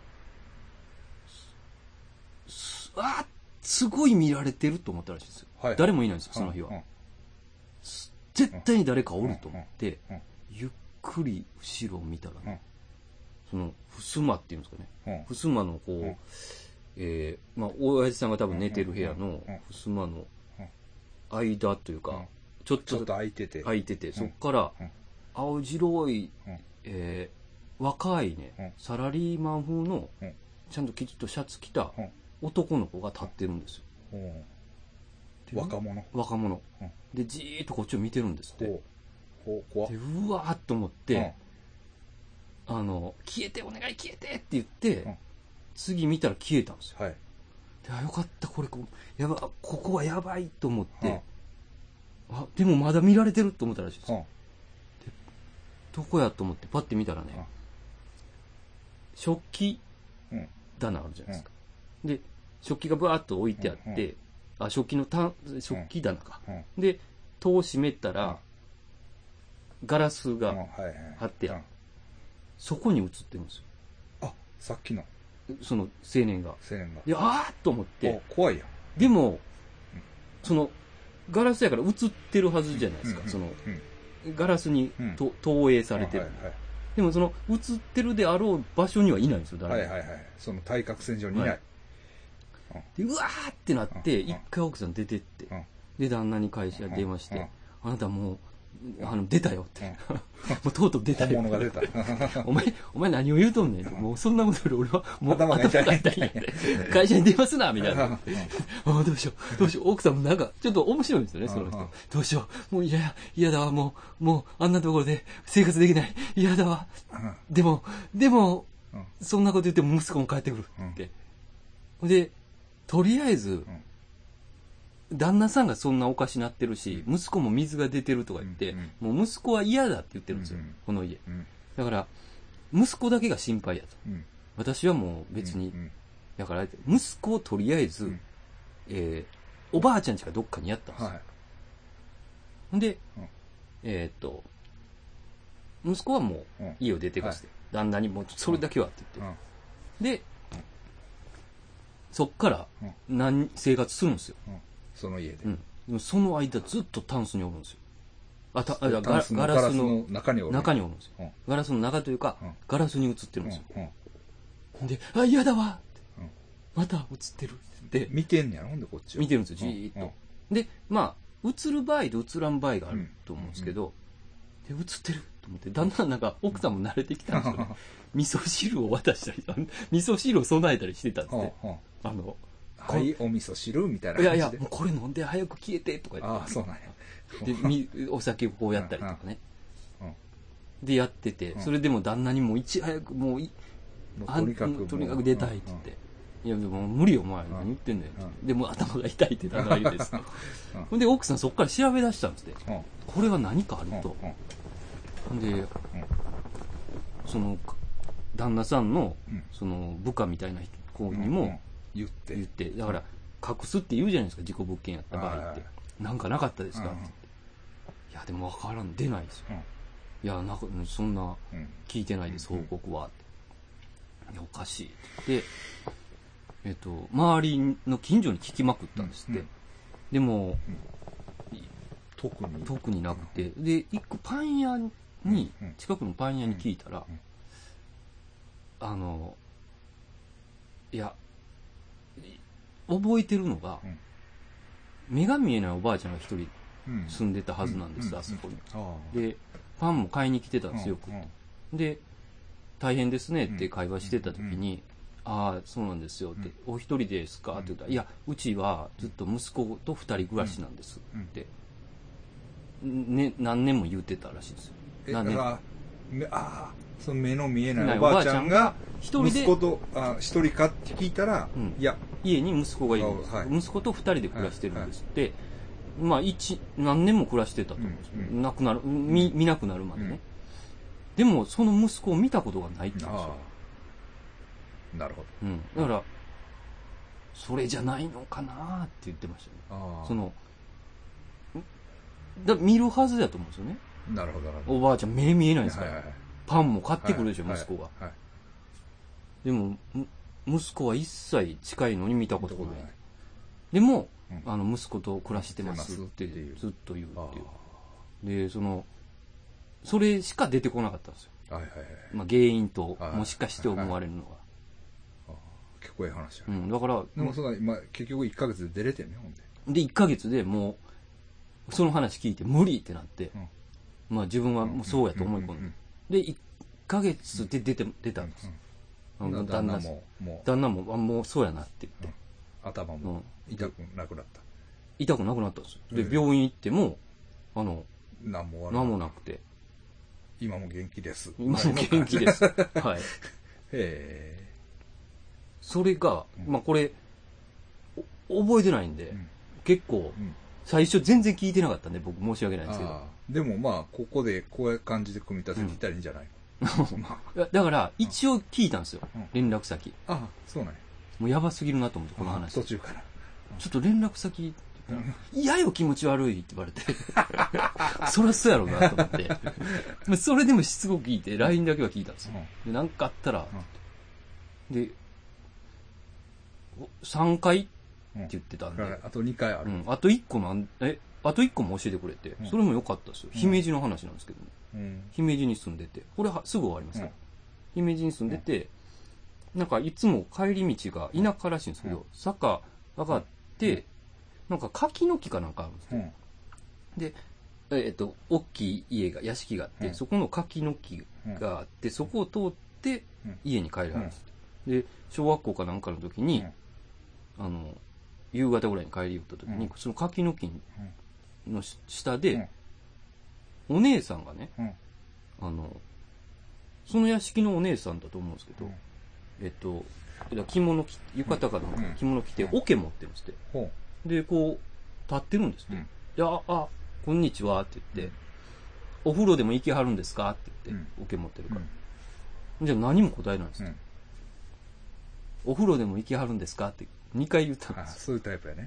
すごい見られてると思ったらしいんですよ。誰もいないんですよ、その日は。絶対に誰かおると思って、ゆっくり後ろを見たらね、その、襖っていうんですかね。襖のこう、まあ、親父さんが多分寝てる部屋の襖の間というか、ちょっと開いてて、 そっから、青白い、若いね、サラリーマン風の、ちゃんときちっとシャツ着た男の子が立ってるんですよ。 若者。で、じーっとこっちを見てるんですって。で、うわーっと思って、消えて、お願い消えてって言って、次見たら消えたんですよ。で、よかった、ここはやばいと思って、でもまだ見られてると思ったらしいですよ。で、どこやと思ってパッて見たらね、食器棚あるじゃないですか。で、食器がバーッと置いてあって、食器棚か。で、戸を閉めたら、ガラスが貼ってある。そこに映ってるんですよ。 さっきの。 その青年が。で、と思って。 怖いやん。 でも、その、ガラスやから映ってるはずじゃないですか。その、ガラスに投影されてる。でもその、映ってるであろう場所にはいないんですよ、誰も。 その対角線上にいない。 で、うわーってなって、一回奥さん出てって、で、旦那に会社電話して、あなたもう、出たよって。もうとうとう出たよ。 本物が出た。 お前何を言うとんねん。もうそんなことより俺はもう頭が痛いんや。会社に電話すなみたいな。どうしよう。奥さんもなんか、ちょっと面白いんですよね、その人。どうしよう。もう嫌だわ。もう、あんなところで生活できない。嫌だわ。でも、そんなこと言っても息子も帰ってくるって。で、とりあえず、旦那さんがそんなおかしなってるし、息子も水が出てるとか言って、もう息子は嫌だって言ってるんですよ、この家。だから、息子だけが心配やと。私はもう別に、だから、息子をとりあえず、おばあちゃんちかどっかにやったんですよ。で、息子はもう家を出てかして、旦那にもうそれだけはって言って。で、そっから生活するんですよ。 その家で。 でもその間ずっとタンスにおるんですよ。ガラスの中におるんですよ。ガラスの中というか、ガラスに映ってるんですよ。で、嫌だわって。また映ってるって。 見てんねやろ、ほんでこっち見てるんですよ、じーっと。で、まあ、映る場合と映らん場合があると思うんですけど、 映ってると思って、だんだんなんか奥さんも慣れてきたんですよね。味噌汁を渡したり、味噌汁を備えたりしてたんですね。 はい、お味噌汁みたいな感じで。いやいや、もうこれ飲んで早く消えてとか言って。 ああ、そうなんや。で、お酒をこうやったりとかね。で、やってて、それでも旦那にもいち早くもうとにかく出たいって言って。いや、でも無理よ、お前。何言ってんだよ。でも頭が痛いって旦那が言うんです。ほんで、奥さんそこから調べ出したんですって。これは何かあると。ほんで、その、旦那さんの、その、部下みたいな子にも言って、だから、隠すって言うじゃないですか、事故物件やった場合って。なんかなかったですかって言って。いや、でも分からん、出ないですよ。いや、そんな、聞いてないです、報告は。いや、おかしい。で、周りの近所に聞きまくったんですって。でも、特になくて。で、一個パン屋に、近くのパン屋に聞いたら、いや、覚えてるのが、目が見えないおばあちゃんが一人住んでたはずなんです、あそこに。で、パンも買いに来てたんですよ、よく。で、大変ですねって会話してた時に、ああ、そうなんですよって、お一人ですかって言ったら、いや、うちはずっと息子と二人暮らしなんですって、ね、何年も言ってたらしいですよ。 だから、その目の見えないおばあちゃんが、息子と、一人かって聞いたら、いや、 家に息子がいるんです。息子と二人で暮らしてるんですって、まあ、何年も暮らしてたと思うんですよ。亡くなる、見なくなるまでね。でも、その息子を見たことがないって言うんですよ。 なるほど。 だから、それじゃないのかなって言ってましたね。その、見るはずだと思うんですよね。 なるほど。 おばあちゃん目見えないですから。パンも買ってくるでしょ、息子が。でも、息子は一切近いのに見たことがない。でも、息子と暮らしてますってずっと言うっていう。で、それしか出てこなかったんですよ。まあ原因と、もしかして思われるのが。 結構いい話やね。だから、 でも今、結局1ヶ月で出れてんね、ほんで。 で、1ヶ月でもう、その話聞いて無理ってなって、まあ自分はもうそうやと思い込んで。で、1ヶ月で出たんです。旦那も、もうそうやなって言って。 頭も痛くなくなった。 痛くなくなったんですよ。で、病院行っても、 何もなくて。 今も元気です。 今も元気です。はい。 へそれが、まあこれ、覚えてないんで、結構、最初全然聞いてなかったんで、僕申し訳ないんですけど。 でもまあ、ここでこういう感じで組み立てていったらいいんじゃないのだから、一応聞いたんですよ。連絡先。 そうなんや。 もうやばすぎるなと思って、この話。 途中から。 ちょっと連絡先、嫌よ気持ち悪いって言われて。そりゃそうやろうなと思って。それでもしつこく聞いて、LINE だけは聞いたんですよ。で、なんかあったら、で、3回って言ってたんで。 あと2回ある。 あと1個あと1個も教えてくれて、それも良かったですよ。姫路の話なんですけどね。姫路に住んでて、これすぐ終わりますよ。姫路に住んでて、なんかいつも帰り道が田舎らしいんですけど、坂上がって、なんか柿の木かなんかあるんですよ。で、大きい家が、屋敷があって、そこの柿の木があって、そこを通って家に帰るんです。で、小学校かなんかの時に、夕方ぐらいに帰り寄った時に、その柿の木の下で、お姉さんがね、その屋敷のお姉さんだと思うんですけど、着物浴衣かなんか着物着て、桶持ってるんですって。で、こう、立ってるんですって。で、こんにちはって言って、お風呂でも行きはるんですかって言って、桶持ってるから。じゃあ何も答えないんですって。お風呂でも行きはるんですかって2回言ったんです。 そういうタイプやね。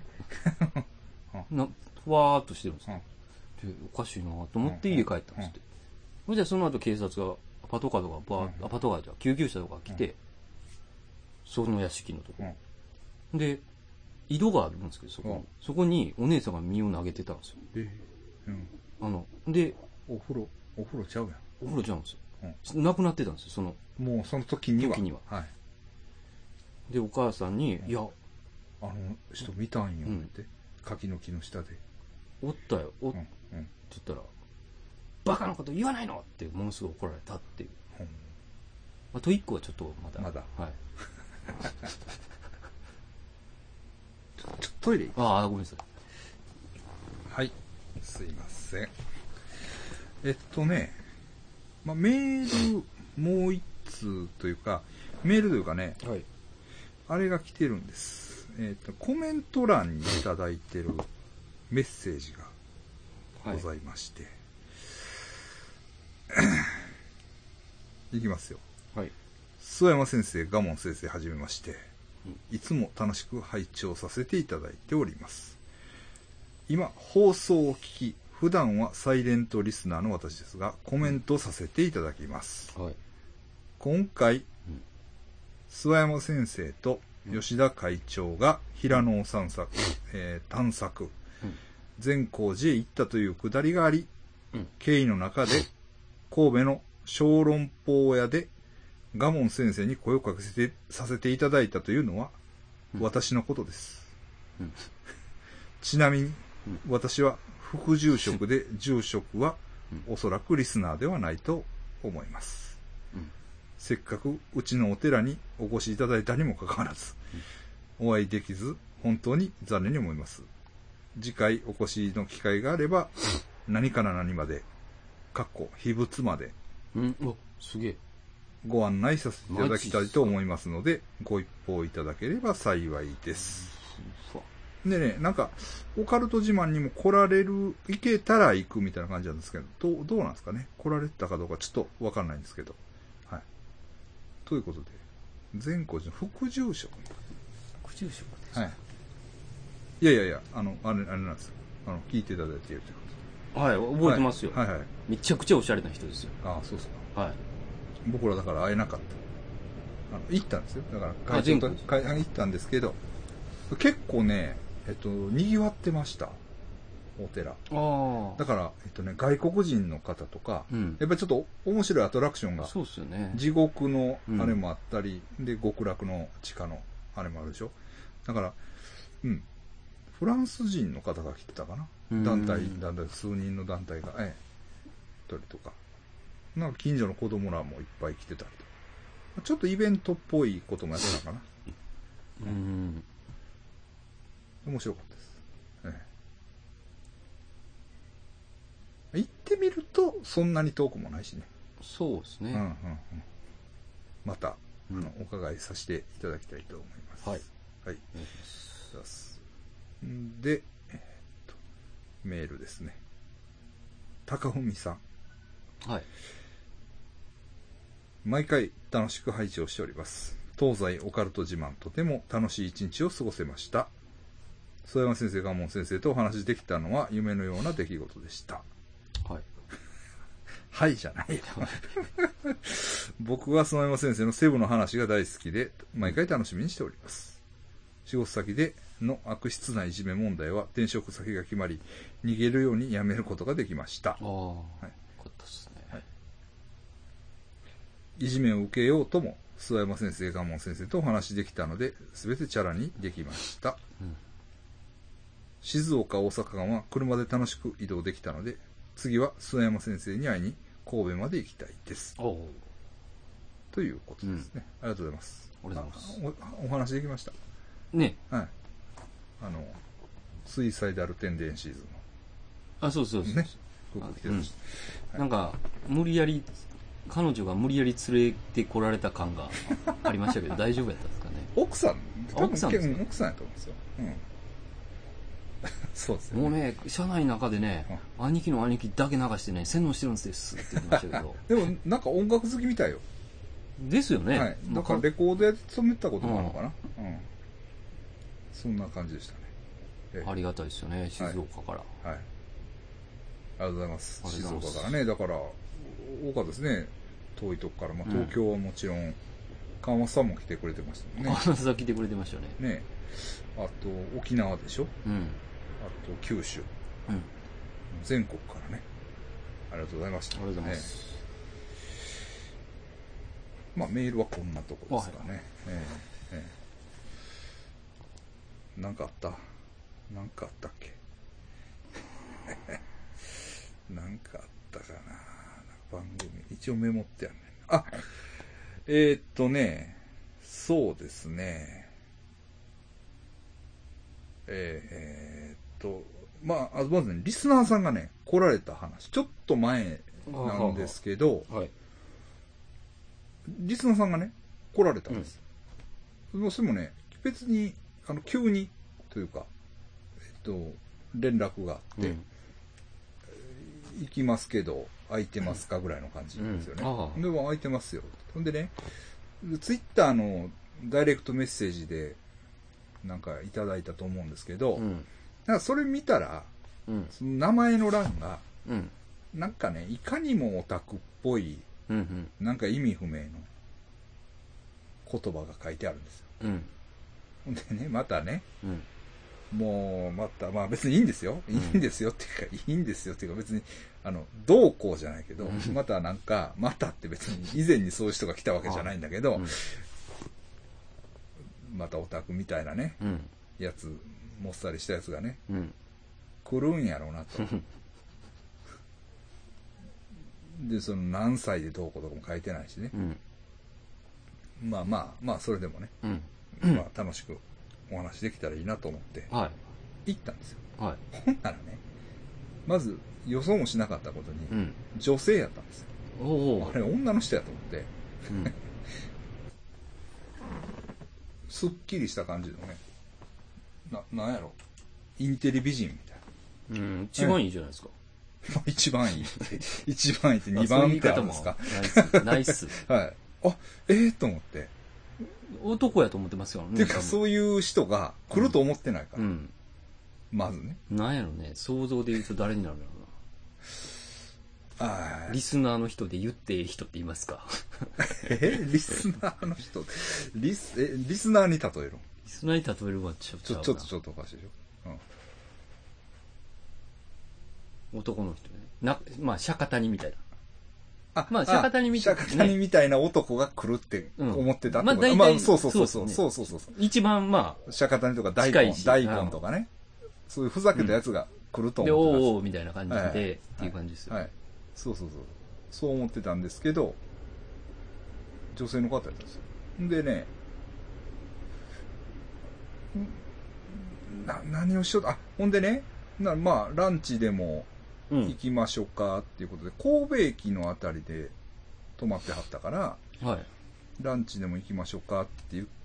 ふわーっとしてるんですよ。で、おかしいなと思って家帰ったんですって。じゃあその後警察が、パトカーとか、パトカーじゃ救急車とか来て、その屋敷のところ。で、井戸があるんですけど、そこにお姉さんが身を投げてたんですよ。で、 お風呂ちゃうやん。 お風呂ちゃうんですよ。亡くなってたんですよ、 もうその時には。 で、お母さんに、いや、 人見たんよって、柿の木の下で。 おったよ、って言ったら、 バカなこと言わないのってものすごい怒られたっていう。あと1個はちょっとまだ。はい。 ちょっとトイレ。 ああ、ごめんなさい。 はい。すいません。メール、もう一通というか、メールというかね、はい、あれが来てるんです。コメント欄にいただいてるメッセージがございまして、はい、いきますよ。はい。諏訪山先生、賀門先生、はじめまして、いつも楽しく拝聴させていただいております。今、放送を聞き、普段はサイレントリスナーの私ですが、コメントさせていただきます。はい、今回、諏訪山先生と吉田会長が平野を探索、善光寺へ行ったというくだりがあり、経緯の中で神戸の小籠包屋で賀門先生に声をかけさせていただいたというのは私のことです。ちなみに私は副住職で住職はおそらくリスナーではないと思います。せっかくうちのお寺にお越しいただいたにもかかわらず、お会いできず本当に残念に思います。次回お越しの機会があれば何から何まで秘仏まですげえご案内させていただきたいと思いますので、ご一報いただければ幸いです。でね、なんかオカルト自慢にも来られる、行けたら行くみたいな感じなんですけど、どうなんですかね。来られたかどうかちょっとわかんないんですけど、はい。ということで、善光寺の副住職ですか。はい。いや、あれなんですよ。聞いていただいているということ。 はい、覚えてますよ。 はい。 めちゃくちゃおしゃれな人ですよ。 ああ、そうですか。はい。僕らだから会えなかった。行ったんですよ。だから会長と行ったんですけど、結構ね、賑わってました。お寺。だから、外国人の方とか、やっぱりちょっと面白いアトラクションが、 そうですよね。 地獄のあれもあったり、で、極楽の地下のあれもあるでしょ。だから、フランス人の方が来てたかな。団体、数人の団体が、来たりとか。なんか近所の子供らもいっぱい来てたりとか。ちょっとイベントっぽいこともやってたかな。面白かったです。行ってみるとそんなに遠くもないしね。 そうですね。 また、お伺いさせていただきたいと思います。はい。はい。で、メールですね。高文さん。はい。毎回楽しく拝聴しております。東西オカルト自慢、とても楽しい一日を過ごせました。曽山先生、賀門先生とお話しできたのは夢のような出来事でした。はい。はいじゃないよ。僕は曽山先生のセブの話が大好きで、毎回楽しみにしております。仕事先での悪質ないじめ問題は転職先が決まり、逃げるように辞めることができました。はい、よかったですね。はい。いじめを受けようとも、諏訪山先生、賀門先生とお話しできたので、すべてチャラにできました。静岡、大阪間は車で楽しく移動できたので、次は諏訪山先生に会いに神戸まで行きたいです。ということですね。ありがとうございます。お話できました。ね。はい。スイサイダルテンデンシーズの。 そう。 ね。 なんか、彼女が無理やり連れてこられた感がありましたけど、大丈夫やったんですかね。 奥さんやと思うんですよ。そうですね。 もうね、車内の中でね、兄貴の兄貴だけ流してね、洗脳してるんですって言ってましたけど。 でも、なんか音楽好きみたいよ。 ですよね。はい。 だからレコード屋で勤めたこともあるのかな。そんな感じでしたね。 ありがたいですよね、静岡から。はい。 ありがとうございます。静岡からね。だから、多かったですね。遠いとこから。東京はもちろん、川本さんも来てくれてましたもんね。 川本さん来てくれてましたね。 ね。あと、沖縄でしょ。あと、九州。全国からね。ありがとうございました。 ありがとうございます。 メールはこんなとこですかね。なんかあったっけなんかあったかな。 番組。一応メモってあるね。そうですね。まずね、リスナーさんがね、来られた話、ちょっと前なんですけど、はい、リスナーさんがね、来られたんです。それもね、別に、急に、というか、連絡があって、行きますけど、空いてますかぐらいの感じですよね。でも空いてますよ。ほんでね、ツイッターのダイレクトメッセージで、なんかいただいたと思うんですけど、なんかそれ見たら、その名前の欄が、なんかね、いかにもオタクっぽい、なんか意味不明の言葉が書いてあるんですよ。ほんでね、またね、もう、また、まあ別にいいんですよ。いいんですよっていうか、いいんですよっていうか別に、どうこうじゃないけど、またなんか、またって別に以前にそういう人が来たわけじゃないんだけど、またオタクみたいなね、やつ、もっさりしたやつがね、来るんやろうなと。で、その何歳でどうこうとかも書いてないしね。まあ、それでもね、まあ楽しくお話できたらいいなと思って、行ったんですよ。ほんならね、まず予想もしなかったことに、女性やったんですよ。あれ、女の人やと思って、すっきりした感じのね、なんやろ、インテリ美人みたいな。 一番いいじゃないですか。 一番いい。一番いいって2番ってあるんですか？ ナイス。 はい。と思って。 男やと思ってますよね。 っていうか、そういう人が来ると思ってないから。まずね。 なんやろね、想像で言うと誰になるんだろうな。リスナーの人で言っていい人って言いますか？ リスナーの人リスナーに例える？ リスナーに例えるはちょっとおかしいでしょ。 男の人ね。まあ、釈迦谷みたいな。釈迦谷みたいな。釈迦谷みたいな男が来るって思ってたってこと。 まあ、 そう。 一番まあ。釈迦谷とか大根とかね。そういうふざけたやつが来ると思ってた。 おーみたいな感じで、っていう感じですよ。 はい。そう。そう思ってたんですけど、女性の方やったんですよ。でね、何をしようほんでね、まあ、ランチでも、行きましょうかっていうことで、神戸駅のあたりで泊まってはったから、ランチでも行きましょうかって言って、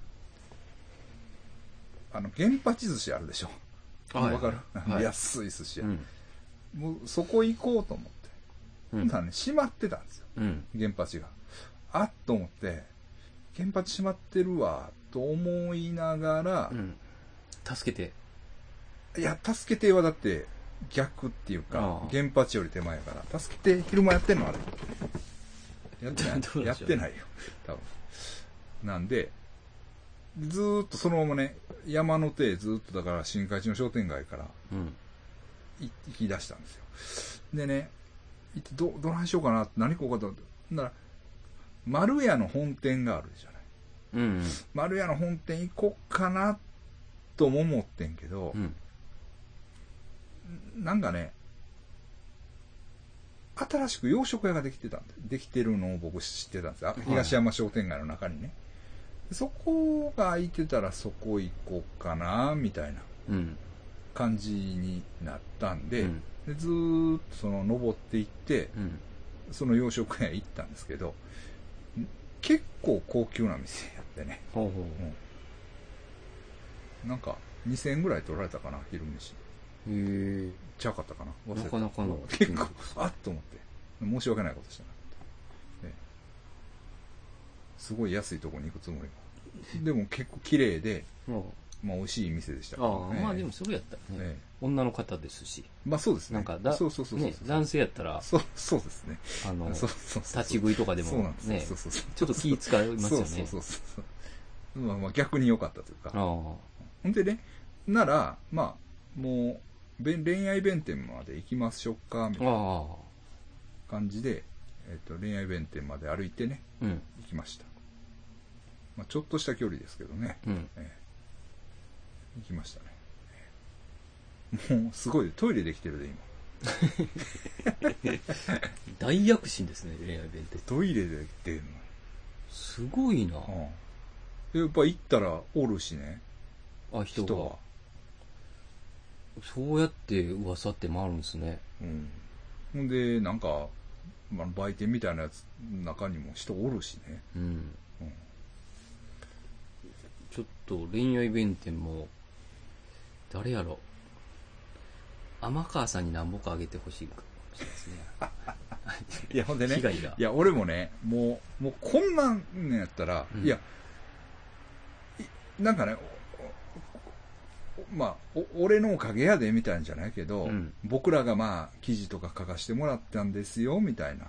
源八寿司あるでしょ。わかる？安い寿司屋。もうそこ行こうと思って。ほんならね、閉まってたんですよ。源八が。と思って、源八閉まってるわ、と思いながら、 助けて。 いや、助けてはだって、逆っていうか、原発より手前やから、助けて昼間やってんのあれ。やってないよ。多分。なんで、ずーっとそのままね、山の手ずーっとだから新海地の商店街から、行き出したんですよ。でね、どないしようかなって、何こうかと思って。なら、丸屋の本店があるじゃない。丸屋の本店行こっかな、とも思ってんけど、なんかね、新しく洋食屋ができてるのを僕知ってたんですよ。東山商店街の中にね。そこが空いてたらそこ行こうかな、みたいな感じになったんで、でずーっと登っていって、その洋食屋行ったんですけど、結構高級な店やってね。なんか2000円ぐらい取られたかな、昼飯。ちゃうかったかな、 なかなかの結構と思って申し訳ないことしたな、すごい安いところに行くつもりがでも結構綺麗でまあ美味しい店でしたからね。まあでもそれやったらね、女の方ですし、 まあそうですね。 なんかそう男性やったらそうですね。 立ち食いとかでもね、ちょっと気使いますよね。 まあ逆に良かったというか。ほんでね、ならまあもう恋愛弁天まで行きましょうかみたいな感じで、恋愛弁天まで歩いてね、行きました。まあ、ちょっとした距離ですけどね、行きましたね。もうすごいトイレできてるで大躍進ですね、恋愛弁って。 トイレで出んの。 すごいな。 やっぱ行ったらおるしね。 人が。そうやって噂って回るんですね。 ほんで、なんか、売店みたいなやつ中にも人おるしね。 ちょっと恋愛弁店も、誰やろ。天川さんに何ぼかあげてほしいかもしれないですね。 いや、ほんでね。 被害が。 いや、俺もね、もうこんなんやったら、いや、なんかね、俺のおかげやで、みたいなんじゃないけど、僕らが記事とか書かせてもらったんですよ、みたいな、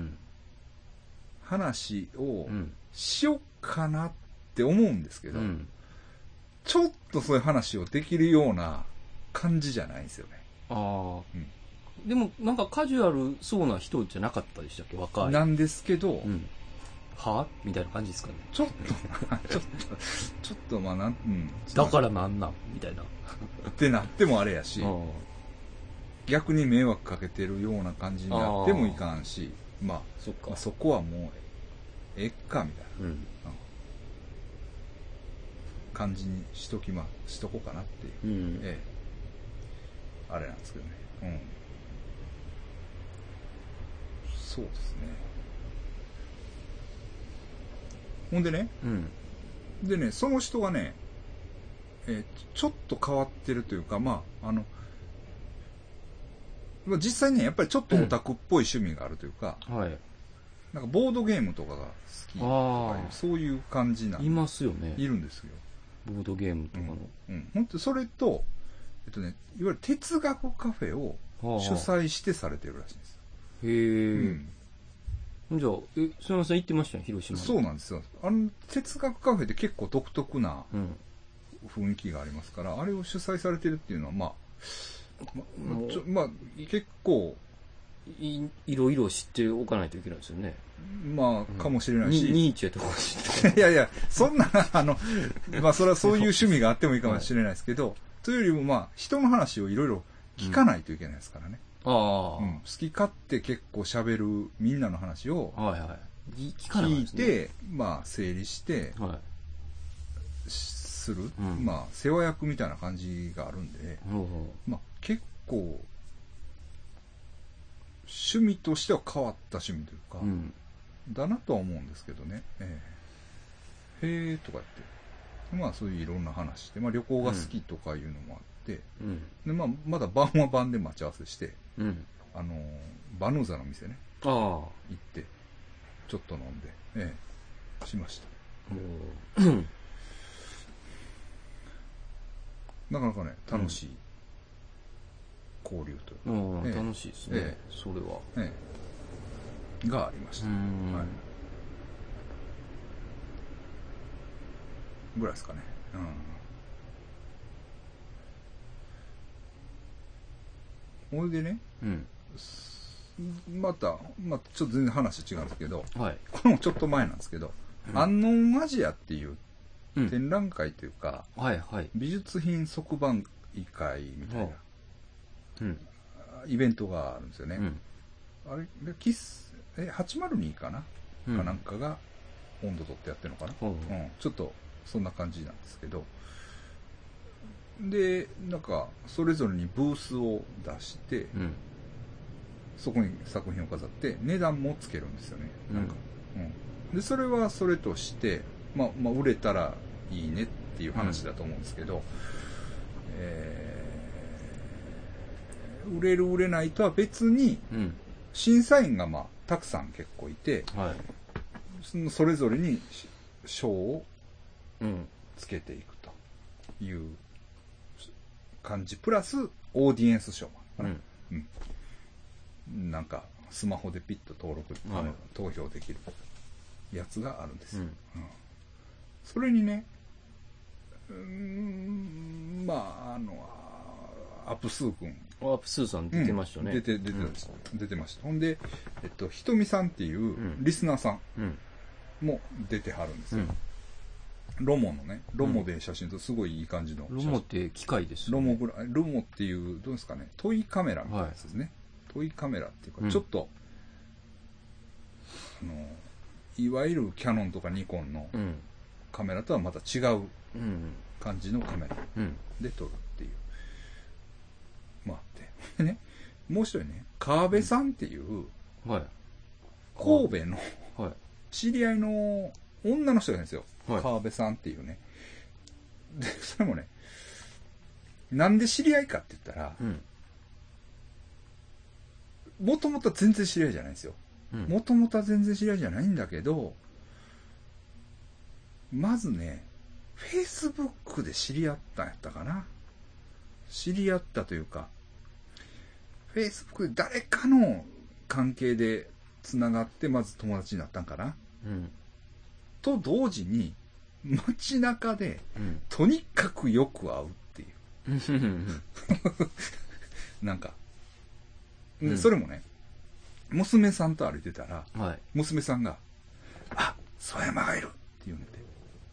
話をしよっかなって思うんですけど、ちょっとそういう話をできるような感じじゃないんですよね。 でも、なんかカジュアルそうな人じゃなかったでしたっけ、若い。 なんですけど、 みたいな感じですかね。 ちょっとだからなんみたいな。 ってなってもあれやし、逆に迷惑かけてるような感じになってもいかんし、そこはもう、えっか、みたいな、感じにしとこうかなっていう、あれなんですけどね。そうですね。ほんでね、その人がね、ちょっと変わってるというか、実際ね、やっぱりちょっとオタクっぽい趣味があるというか、なんかボードゲームとかが好きとかいう、そういう感じなんで。 いますよね。 いるんですよ。 ボードゲームとかの。 本当それと、いわゆる哲学カフェを主催してされてるらしいんですよ。 へえ。じゃあ、すみません、行ってましたね、広島に。 そうなんですよ。哲学カフェって結構独特な雰囲気がありますから、あれを主催されてるっていうのは、結構、 いろいろ知っておかないといけないですよね。 かもしれないし。 ニーチェとか知って。 いや、そんな、それはそういう趣味があってもいいかもしれないですけど、というよりも、人の話をいろいろ聞かないといけないですからね。好き勝手結構喋るみんなの話を聞いて、整理して、する。世話役みたいな感じがあるんで、結構、趣味としては変わった趣味というか、だなとは思うんですけどね。へーとか言って、そういういろんな話で、旅行が好きとかいうのもあって、でまだ晩は晩で待ち合わせして、バヌーザの店ね、行って、ちょっと飲んで、しました。なかなかね、楽しい交流というか、 楽しいですね、それは。 がありました。ぐらいですかね。ほいでね、また、ちょっと全然話違うんですけど、これもちょっと前なんですけど、アンノンアジアっていう展覧会というか、美術品即売会みたいな、イベントがあるんですよね。あれ、802かな、かなんかが温度取ってやってるのかな、ちょっとそんな感じなんですけど、で、なんか、それぞれにブースを出して、そこに作品を飾って、値段もつけるんですよね。で、それはそれとして、売れたらいいねっていう話だと思うんですけど、売れる売れないとは別に、審査員がたくさん結構いて、それぞれに賞をつけていくという感じ、プラスオーディエンス賞かな、なんかスマホでピッと登録、投票できるやつがあるんですよ。それにね、アップスー君。 アップスーさん出てましたね。 出てました。ほんで、ひとみさんっていうリスナーさんも出てはるんですよ。ロモのね、ロモで写真とすごいいい感じの写真。 ロモって機械ですよね。ロモっていう、どうですかね、トイカメラみたいなやつですね。 トイカメラっていうか、ちょっと、いわゆるキヤノンとかニコンのカメラとはまた違う感じのカメラで撮るっていう。まあって。でね、もう一人ね、川辺さんっていう、神戸の知り合いの女の人がいるんですよ。川辺さんっていうね。で、それもね、なんで知り合いかって言ったら、もともと全然知り合いじゃないんですよ。もともとは全然知り合いじゃないんだけど、まずね、Facebook で知り合ったんやったかな。知り合ったというか、Facebook で誰かの関係でつながって、まず友達になったんかな。と同時に、街中で、とにかくよく会うっていう。なんか、それもね、娘さんと歩いてたら、娘さんが、あ、曽山がいるって言うねて。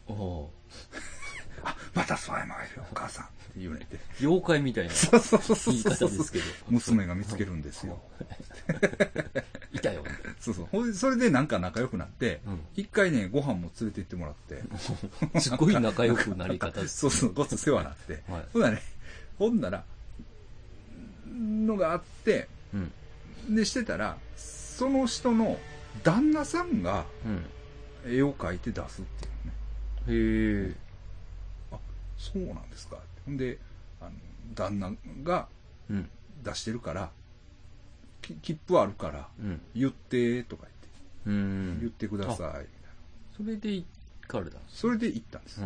あ、また曽山がいるよ、お母さんって言うねて。 妖怪みたいな言い方ですけど。 娘が見つけるんですよ。 いたよ。 そうそう。それでなんか仲良くなって、一回ね、ご飯も連れて行ってもらって。 すごい仲良くなり方です。 そうそう、ごつ世話になって。ほんなら、のがあって、で、してたら、その人の旦那さんが、絵を描いて出すっていうね。へえ。あ、そうなんですか。ほんで、旦那が出してるから、切符あるから、言ってとか言って、言ってくださいみたいな。 それで行かれたんですか？ それで行ったんです。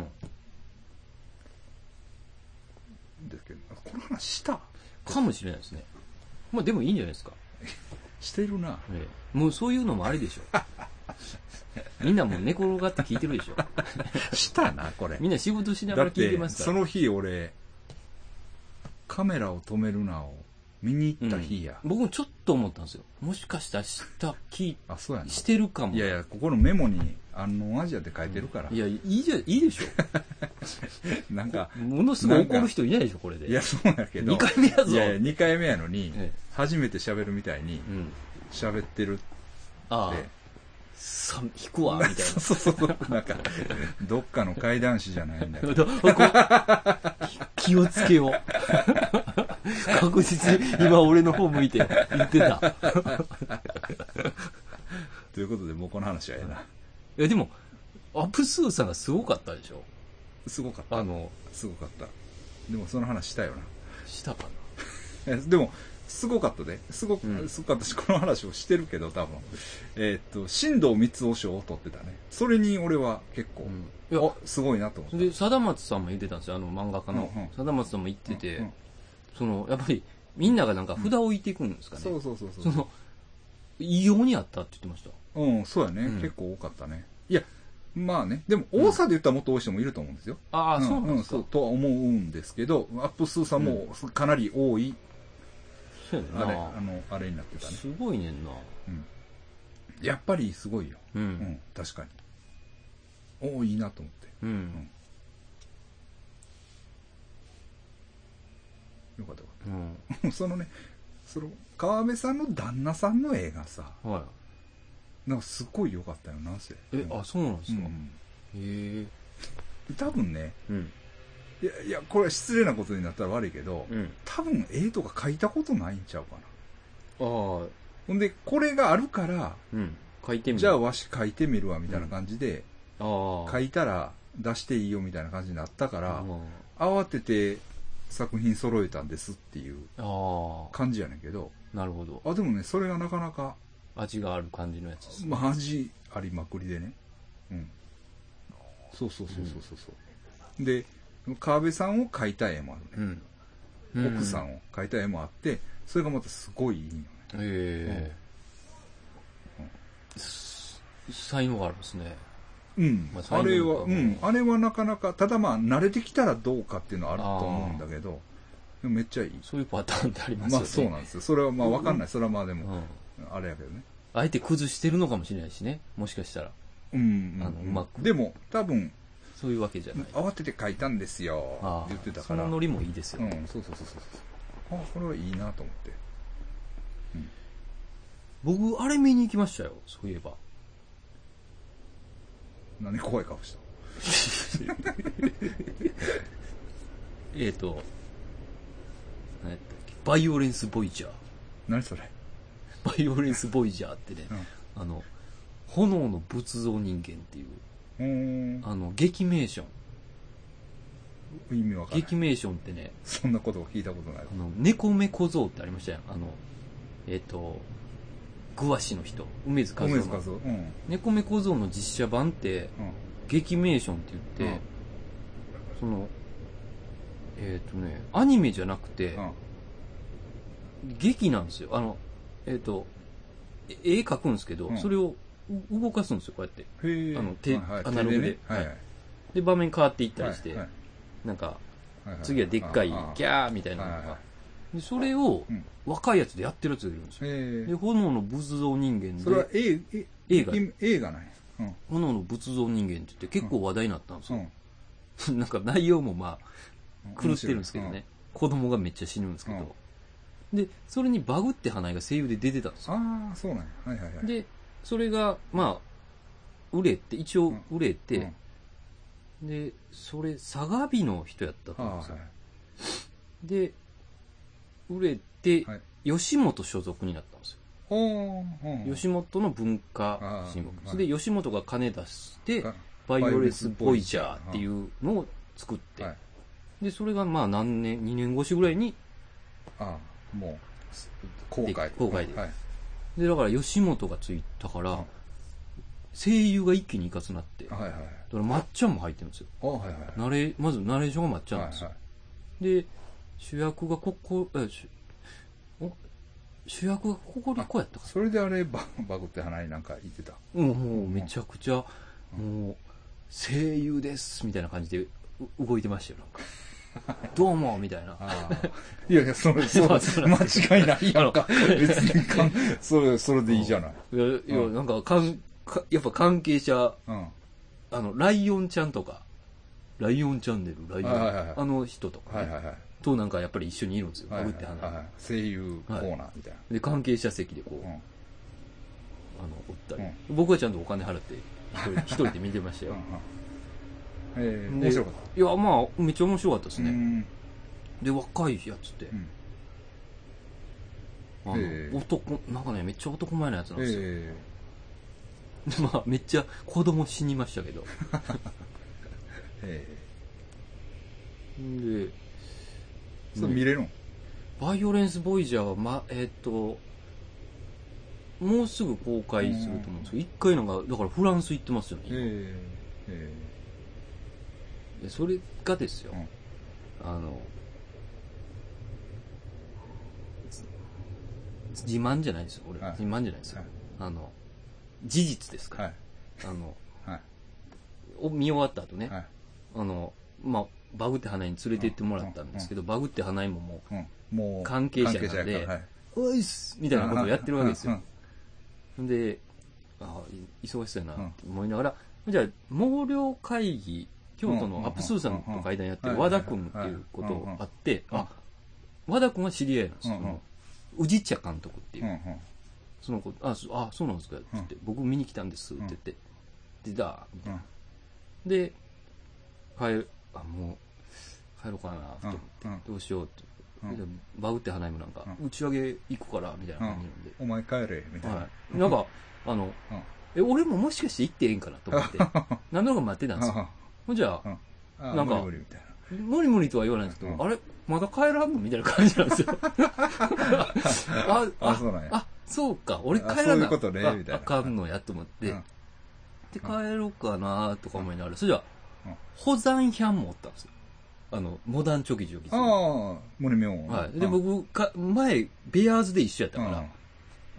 ですけど、この話したかもしれないですね。まあでもいいんじゃないですか。 してるな。 もうそういうのもありでしょ。みんなもう寝転がって聞いてるでしょ。 したな、これ。 みんな仕事しながら聞いてますから。 その日俺、カメラを止めるなを見に行った日や。 僕もちょっと思ったんですよ。もしかしたらしてるかも。 いやいや、ここのメモに安納アジアって書いてるから。 いや、いいでしょ。 なんか、 ものすごい怒る人いないでしょ、これで。 いや、そうやけど。 2回目やぞ。 いやいや、2回目やのに、初めて喋るみたいに、喋ってるって。 引くわ、みたいな。 そう。なんか、どっかの怪談師じゃないんだけど。 気をつけよう。確実に今俺の方向いて言ってた。 ということで、もうこの話はええな。 いや、でも、アップスーさんがすごかったでしょ？ すごかった。すごかった。でもその話したよな。 したかな。でも、すごかったで。すごかったし、この話をしてるけど、多分。新藤光雄賞を取ってたね。それに俺は結構、すごいなと思って。 で、貞松さんも言ってたんですよ、漫画家の。貞松さんも言ってて、やっぱり、みんながなんか札を置いていくんですかね。 そう。 異様にあったって言ってました。 そうやね。結構多かったね。いや、まあね。でも、多さで言ったらもっと多い人もいると思うんですよ。 ああ、そうなんですか。 とは思うんですけど、アップ数さもかなり多い。あれになってたね。 すごいねんな。 やっぱりすごいよ。確かに。いいなと思って。よかった。そのね、川辺さんの旦那さんの映画さ、なんかすごい良かったよな、せ。 そうなんですか。へえ。 多分ね、いや、これは失礼なことになったら悪いけど、多分絵とか描いたことないんちゃうかな。ほんで、これがあるから、じゃあわし描いてみるわ、みたいな感じで、描いたら出していいよ、みたいな感じになったから、慌てて作品揃えたんですっていう感じやねんけど。 なるほど。 でもね、それがなかなか、 味がある感じのやつですね。 味ありまくりでね。そう。で、川辺さんを描いた絵もあるね。奥さんを描いた絵もあって、それがまたすごいいいよね。 才能があるんですね。 あれはなかなか、ただまあ、慣れてきたらどうかっていうのはあると思うんだけど、でもめっちゃいい。 そういうパターンってありますよね。 そうなんですよ。それはまあわかんない。それはまあでも、あれやけどね。 あえて崩してるのかもしれないしね。もしかしたら。うまく。でも、多分、 そういうわけじゃない。 慌てて書いたんですよ。言ってたから。 そのノリもいいですよ。 そう。これはいいなと思って。 僕、あれ見に行きましたよ、そういえば。 何怖い顔したバイオレンスボイジャー。 何それ？ バイオレンスボイジャーってね、炎の仏像人間っていう、劇メーション。 意味わかんない。 劇メーションってね、 そんなことを聞いたことない。 猫目小僧ってありましたよ。グワシの人、梅津和夫の。猫目小僧の実写版って、劇メーションって言って、アニメじゃなくて、劇なんですよ。絵描くんですけど、それを動かすんですよ、こうやって。アナログで。で、場面変わっていったりして、なんか、次はでっかいギャーみたいなのが。でそれを若いやつでやってるやつがいるんですよ。で、炎の仏像人間で。 それは映画なんや。 炎の仏像人間って言って結構話題になったんですよ。なんか内容もまあ、狂ってるんですけどね。子供がめっちゃ死ぬんですけど。で、それにバグって花井が声優で出てたんですよ。 ああ、そうなんや。 で、それが、まあ、一応売れて、で、それ、相模の人やったと思うんですよ。で、売れて、吉本所属になったんですよ。吉本の文化新聞。それで、吉本が金出して、バイオレスボイジャーっていうのを作って、で、それがまあ2年越しぐらいに、 もう、公開で。で、だから吉本がついたから、声優が一気にいかつなって、だからまっちゃんも入ってるんですよ。まずナレーションがまっちゃんなんですよ。で、主役がコリコやったかな。 それであれ、バグって花になんか言ってた。 もうめちゃくちゃ、もう、声優ですみたいな感じで動いてましたよ、なんか。どうもみたいな。 いやいや、それ間違いないやんか。別にそれでいいじゃない。 いや、なんか、やっぱ関係者、ライオンちゃんとか、ライオンチャンネル、あの人とか、となんかやっぱり一緒にいるんですよ、バグって花。 声優コーナーみたいな。 で、関係者席でこう、おったり。僕はちゃんとお金払って、一人で見てましたよ。 面白かった。 いや、まあ、めっちゃ面白かったですね。で、若いやつって、なんかね、めっちゃ男前なやつなんですよ。まあ、めっちゃ子供死にましたけど。で、 それ見れるの？ バイオレンスボイジャーは、もうすぐ公開すると思うんですけど、一回なんか、だからフランス行ってますよね。でそれがですよ、自慢じゃないですよ、俺。自慢じゃないですよ。事実ですから。見終わった後ね、まあ、バグって花に連れて行ってもらったんですけど、バグって花にももう関係者なんで、おいっすみたいなことをやってるわけですよ。で、忙しそうやなって思いながら、じゃあ、毛量会議、京都のアップスーさんとか間にやってる和田君っていうことがあって、和田君は知り合いなんですよ。宇治茶監督っていう。その子、そうなんですかって言って、僕見に来たんですって言って、で、みたいな。で、もう、帰ろうかなと思って、どうしようって。バグって花もなんか、打ち上げ行くから、みたいな感じなんで。 お前帰れ、みたいな。 なんか、俺ももしかして行ってええんかなと思って、何度か待ってたんですよ。ほんじゃあ、なんか、無理無理とは言わないんですけど、あれまだ帰らんのみたいな感じなんですよ。そうか、俺帰らなあかんのやと思って、で、帰ろうかなとか思いながら、それじゃ保山ヒャンもおったんですよ。モダンチョキチョキ。 モニミョン。 はい。で、僕、前、ベアーズで一緒やったから、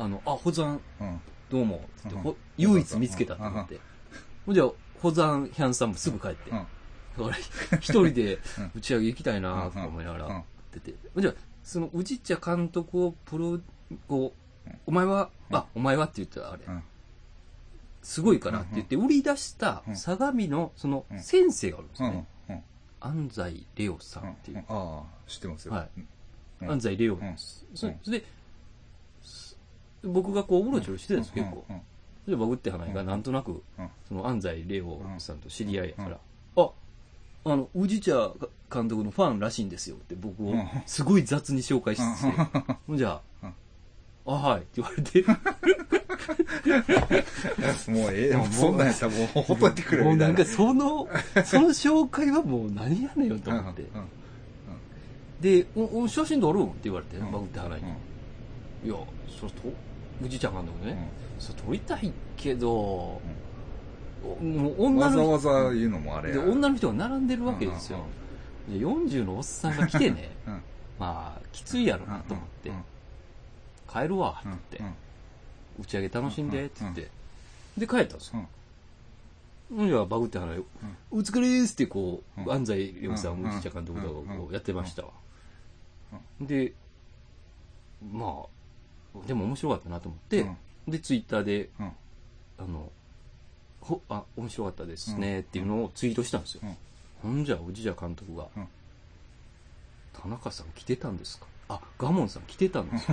保山、どうも、唯一見つけたと思って。ほんじゃ、保山ヒャンさんもすぐ帰って。一人で打ち上げ行きたいなとか思いながら出て。ほんじゃ、その宇治茶監督をお前はって言ったらあれ。すごいかなって言って売り出した相模のその先生があるんですよね。安西レオさんっていう。 知ってますよ。 はい。安西レオ。それで、 僕がこううろちょろしてたんです、結構。で、バグって花井がなんとなく、その安西レオさんと知り合いやから、宇治茶監督のファンらしいんですよって僕をすごい雑に紹介して、ほんじゃはいって言われて。 もうそんなんやったらもうほっといてくれみたいな。もうなんかその紹介はもう何やねんよと思って。で、写真撮るんって言われて、バグって花井に。いや、宇治茶監督ね、それ撮りたいけど、もう女の人わざわざ言うのもあれや。 で、女の人が並んでるわけですよ。で、40のおっさんが来てね、まあ、きついやろなと思って、帰るわ、って言って、打ち上げ楽しんで、って言って、で、帰ったんですよ。ほんじゃ、バグって花井、お疲れーすってこう、安西亮さん、宇治茶監督がこうやってましたわ。で、まあ、でも面白かったなと思って、で、ツイッターで、面白かったですねっていうのをツイートしたんですよ。ほんじゃ、宇治茶監督が、田中さん来てたんですか？ガモンさん来てたんですよ。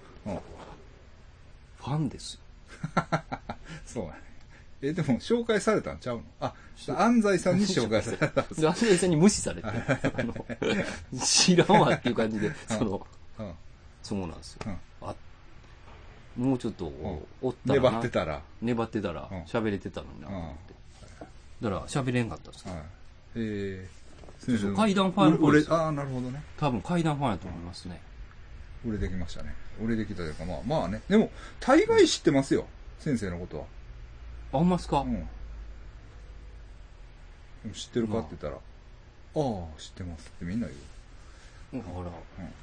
ファンですよ。 そうやね。でも紹介されたんちゃうの？安西さんに紹介されたんです安西さんに無視されて、知らんわっていう感じで、そうなんですよ。もうちょっとおったら粘ってたら喋れてたのになと思って。だから喋れんかったんですよ。怪談ファンっぽいですよ。 なるほどね。 多分怪談ファンやと思いますね。 売れてきましたね。売れてきたというか、まあね。でも、大概知ってますよ。先生のことは。 ほんますか？ 知ってるかって言ったら、知ってますってみんな言う。 ほら。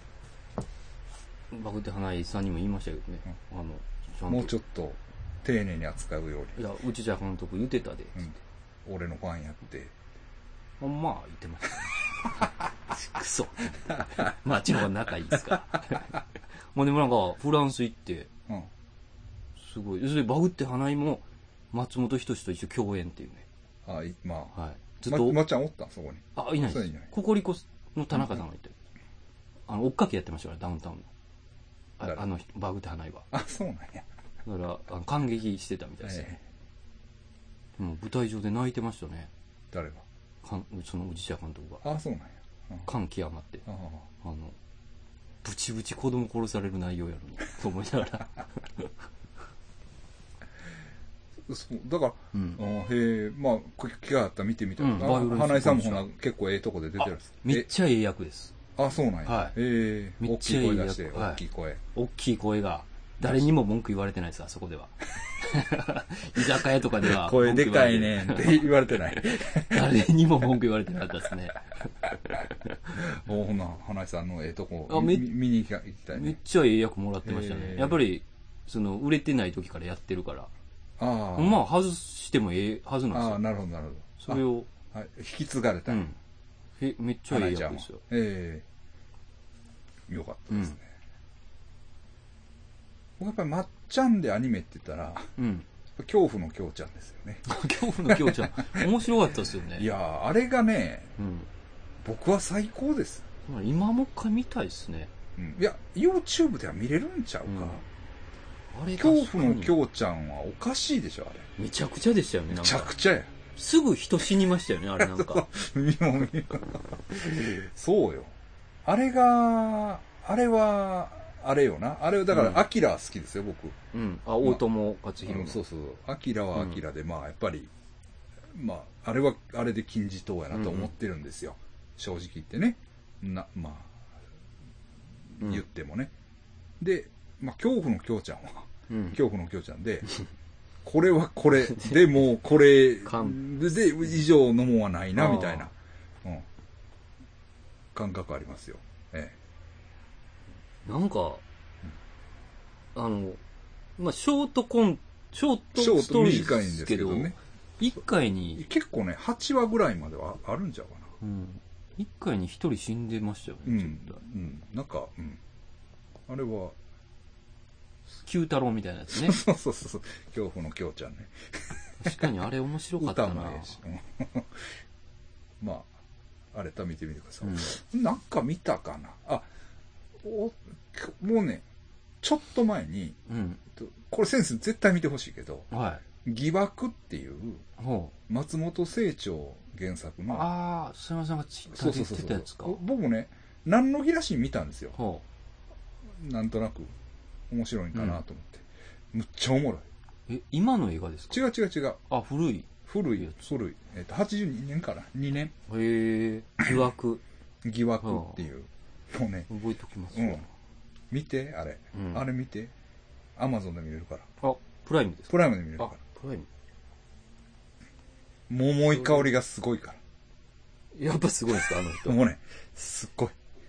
バグって花井さんにも言いましたけどね。 もうちょっと丁寧に扱うように。 いや、宇治茶監督言ってたで。 俺のファンやって。 まあ、言ってましたね。くそ。まあ、あっちの方が仲いいですから。もうでもなんか、フランス行って、すごい。それでバグって花井も、松本人志と一緒共演っていうね。 まあ。 はい。 ずっと。まっちゃんおったそこに。 いないです。ココリコの田中さんがいて。追っかけやってましたから、ダウンタウンの。バグって花井は。 そうなんや。 だから、感激してたみたいですね。もう舞台上で泣いてましたね。 誰が？ その宇治茶監督が。 そうなんや。 感極まって。ブチブチ子供殺される内容やのに、と思いながら。 だから、まあ、気があったら見てみたら、花井さんも結構ええとこで出てるんです。 めっちゃええ役です。 そうなんや。 めっちゃええ役。 大きい声。 大きい声が。誰にも文句言われてないです、あそこでは。居酒屋とかでは。 声でかいねんって言われてない。 誰にも文句言われてなかったですね。 ほな、花井さんのええとこ見に行きたいね。 めっちゃええ役もらってましたね。やっぱり、売れてない時からやってるから。まあ、外してもええはずなんですよ。 なるほど、なるほど。 それを。 引き継がれた。 めっちゃええ役ですよ。 よかったですね。僕やっぱりまっちゃんでアニメって言ったら、恐怖の京ちゃんですよね。 恐怖の京ちゃん。面白かったですよね。 いやあれがね、僕は最高です。 今もう一回見たいですね。 いや、YouTube では見れるんちゃうか。恐怖の京ちゃんはおかしいでしょ、あれ。 めちゃくちゃでしたよね。 めちゃくちゃや。 すぐ人死にましたよね、あれなんか。 そうよ。あれは、あれよな。あれはだから、アキラ好きですよ、僕。 大友克洋。 そうそう。アキラはアキラで、やっぱり、あれはあれで金字塔やなと思ってるんですよ。正直言ってね。言ってもね。で、恐怖の京ちゃんは、恐怖の京ちゃんで、これはこれ、でもうこれ、で、以上のもんはないな、みたいな、感覚ありますよ。 なんか、ショートストーリーですけど、一回に、 結構ね、8話ぐらいまではあるんちゃうかな。 一回に一人死んでましたよね、 なんか、あれは、 九太郎みたいなやつね。 そう。恐怖の京ちゃんね。 確かにあれ面白かったな。歌もええし。 あれ見てみてください。なんか見たかな。もうね、 ちょっと前に、これ先生絶対見てほしいけど、疑惑っていう、松本清張原作の。 ああ、すいませんがツイッターで言ってたやつか。 僕もね、何の気なしに見たんですよ。なんとなく、面白いんかなと思って。むっちゃおもろい。今の映画ですか？ 違う。 あ、古い。 82年かな ?2 年。 へえ。疑惑っていう。もうね。 覚えときますわ。 見て、あれ。あれ見て。アマゾンで見れるから。 あ、プライムですか？ プライムで見れるから。 プライム。 桃井香りがすごいから。 やっぱすごいですか、あの人。 もうね、すっごい。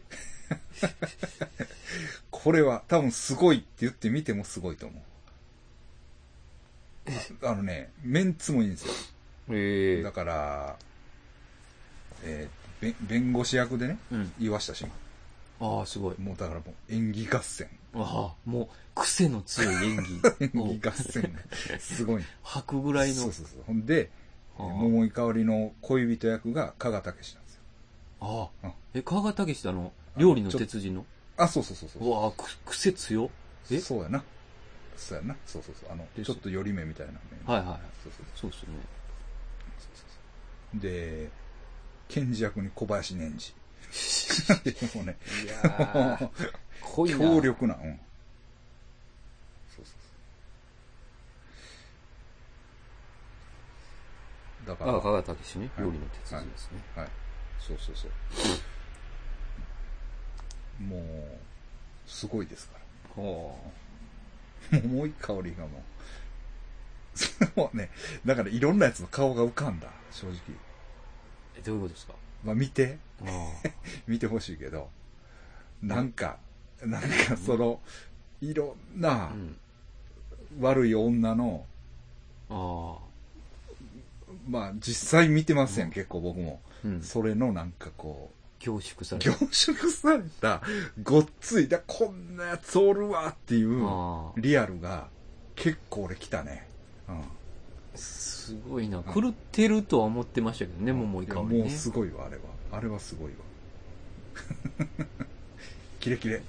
これは多分すごいって言ってみてもすごいと思う。メンツもいいんですよ。だから、弁護士役でね、岩下志麻。 ああ、すごい。 もうだからもう演技合戦。 ああ、もう癖の強い演技。 演技合戦。すごい。 吐くぐらいの。 そう。ほんで、桃井かおりの恋人役が加賀武史なんですよ。 ああ。加賀武史って料理の鉄人の？ あ、そう。 うわぁ、癖強。 そうやな。そう。ちょっと寄り目みたいな。 はい。そうですよね。 で、検事役に小林年次。もうね。 いやー、濃いな。 強力な。そう。だから。 加賀武史ね。料理の鉄人ですね。 はい。そう。もう、すごいですから。桃井かおりがもう。もうね、だからいろんなやつの顔が浮かんだ、正直。 どういうことですか？ 見て。見てほしいけど、なんかいろんな、悪い女の、実際見てません、結構僕も。それのなんかこう、 凝縮された、ごっつい、こんなやつおるわっていう、リアルが、結構俺来たね。 すごいな。狂ってるとは思ってましたけどね、桃井かおりね。 もうすごいわ、あれは。あれはすごいわ。キレキレ。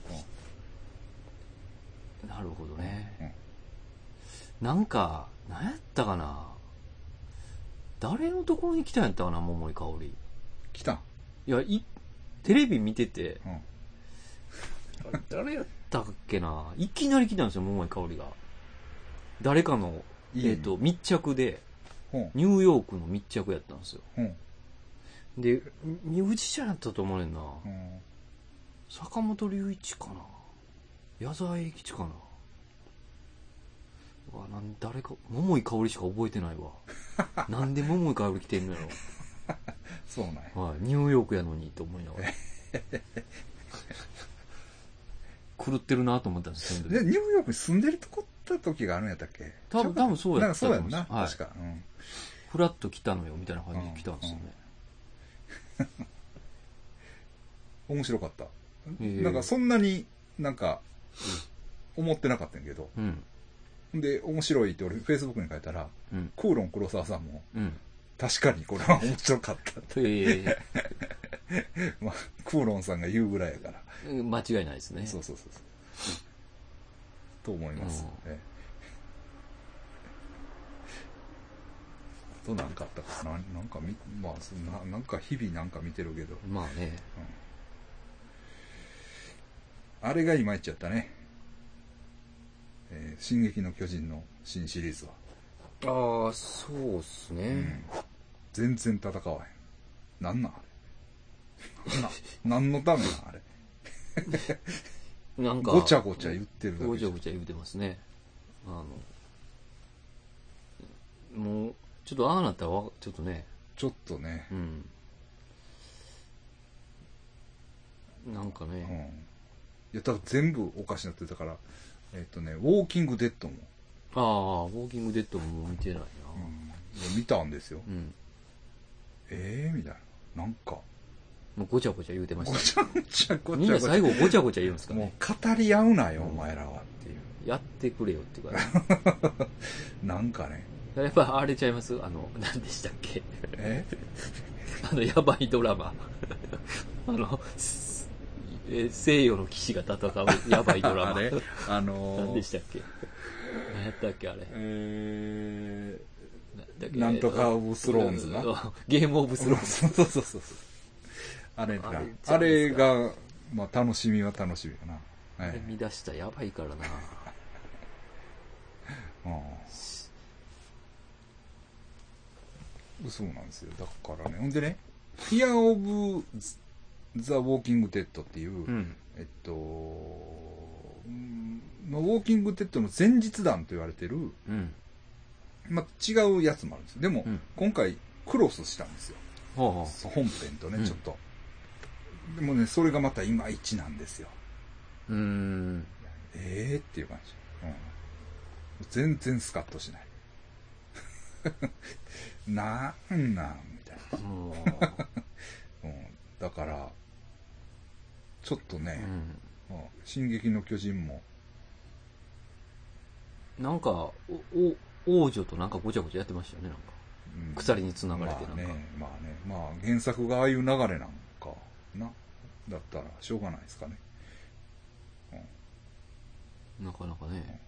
なるほどね。なんか、何やったかな。誰のところに来たんやったかな、桃井かおり。 来たん？ いや、テレビ見てて、誰やったっけな。いきなり来たんですよ、桃井かおりが。誰かの、密着で、ニューヨークの密着やったんですよ。で、ミュージシャンやったと思うねんな。坂本龍一かな。矢沢永吉かな。誰か、桃井かおりしか覚えてないわ。なんで桃井かおり来てんのやろ。 そうなんや。 ニューヨークやのにと思いながら。狂ってるなと思ったんですよ。 で、ニューヨークに住んでるとこった時があるんやったっけ？ 多分そうやったと思うんです。 そうやんな、確か。 フラッと来たのよ、みたいな感じで来たんですよね。 面白かった。なんかそんなになんか、思ってなかったんやけど。で、面白いって俺、フェイスブックに書いたら、クーロン黒沢さんも、確かにこれは面白かったって。クーロンさんが言うぐらいやから。 間違いないですね。 そう。と思います。あと何かあったかな。なんか日々なんか見てるけど。 まあね。 あれがいまいちやったね。進撃の巨人の新シリーズは。 ああ、そうっすね。 全然戦わへん。なんあれ。何のためあれ。 なんかごちゃごちゃ言ってるだけ。 ごちゃごちゃ言うてますね。もうちょっとああなったらちょっとね。 ちょっとね。 なんかね。 いや、だから全部おかしなってたから、ウォーキングデッドも。 ああ、ウォーキングデッドももう見てないな。 見たんですよ。みたいな。なんか。 もうごちゃごちゃ言うてました。 ごちゃごちゃ。 みんな最後ごちゃごちゃ言うんですかね。 もう語り合うなよ、お前らはっていう。 やってくれよっていうか、 ね。なんかね。 やっぱあれちゃいます？何でしたっけ？ やばいドラマ。 西洋の騎士が戦うやばいドラマ。 あれ何でしたっけ？何やったっけあれ。 なんとかオブスローンズな。 ゲームオブスローンズ。そう。あれが、まあ楽しみは楽しみかな。 あれ見出したらやばいからな。 そうなんですよ。だからね。ほんでね、フィア・オブ・ザ・ウォーキング・デッドっていう、ウォーキング・デッドの前日談と言われてる、まあ違うやつもあるんですよ。でも、今回クロスしたんですよ。本編とね、ちょっと。でもね、それがまたいまいちなんですよ。っていう感じ。全然スカッとしない。なんみたいな。だから、ちょっとね、進撃の巨人も。 なんか、王女となんかごちゃごちゃやってましたよね、なんか。鎖に繋がれてなんか。 まあ原作がああいう流れなんかな。だったらしょうがないですかね。 なかなかね。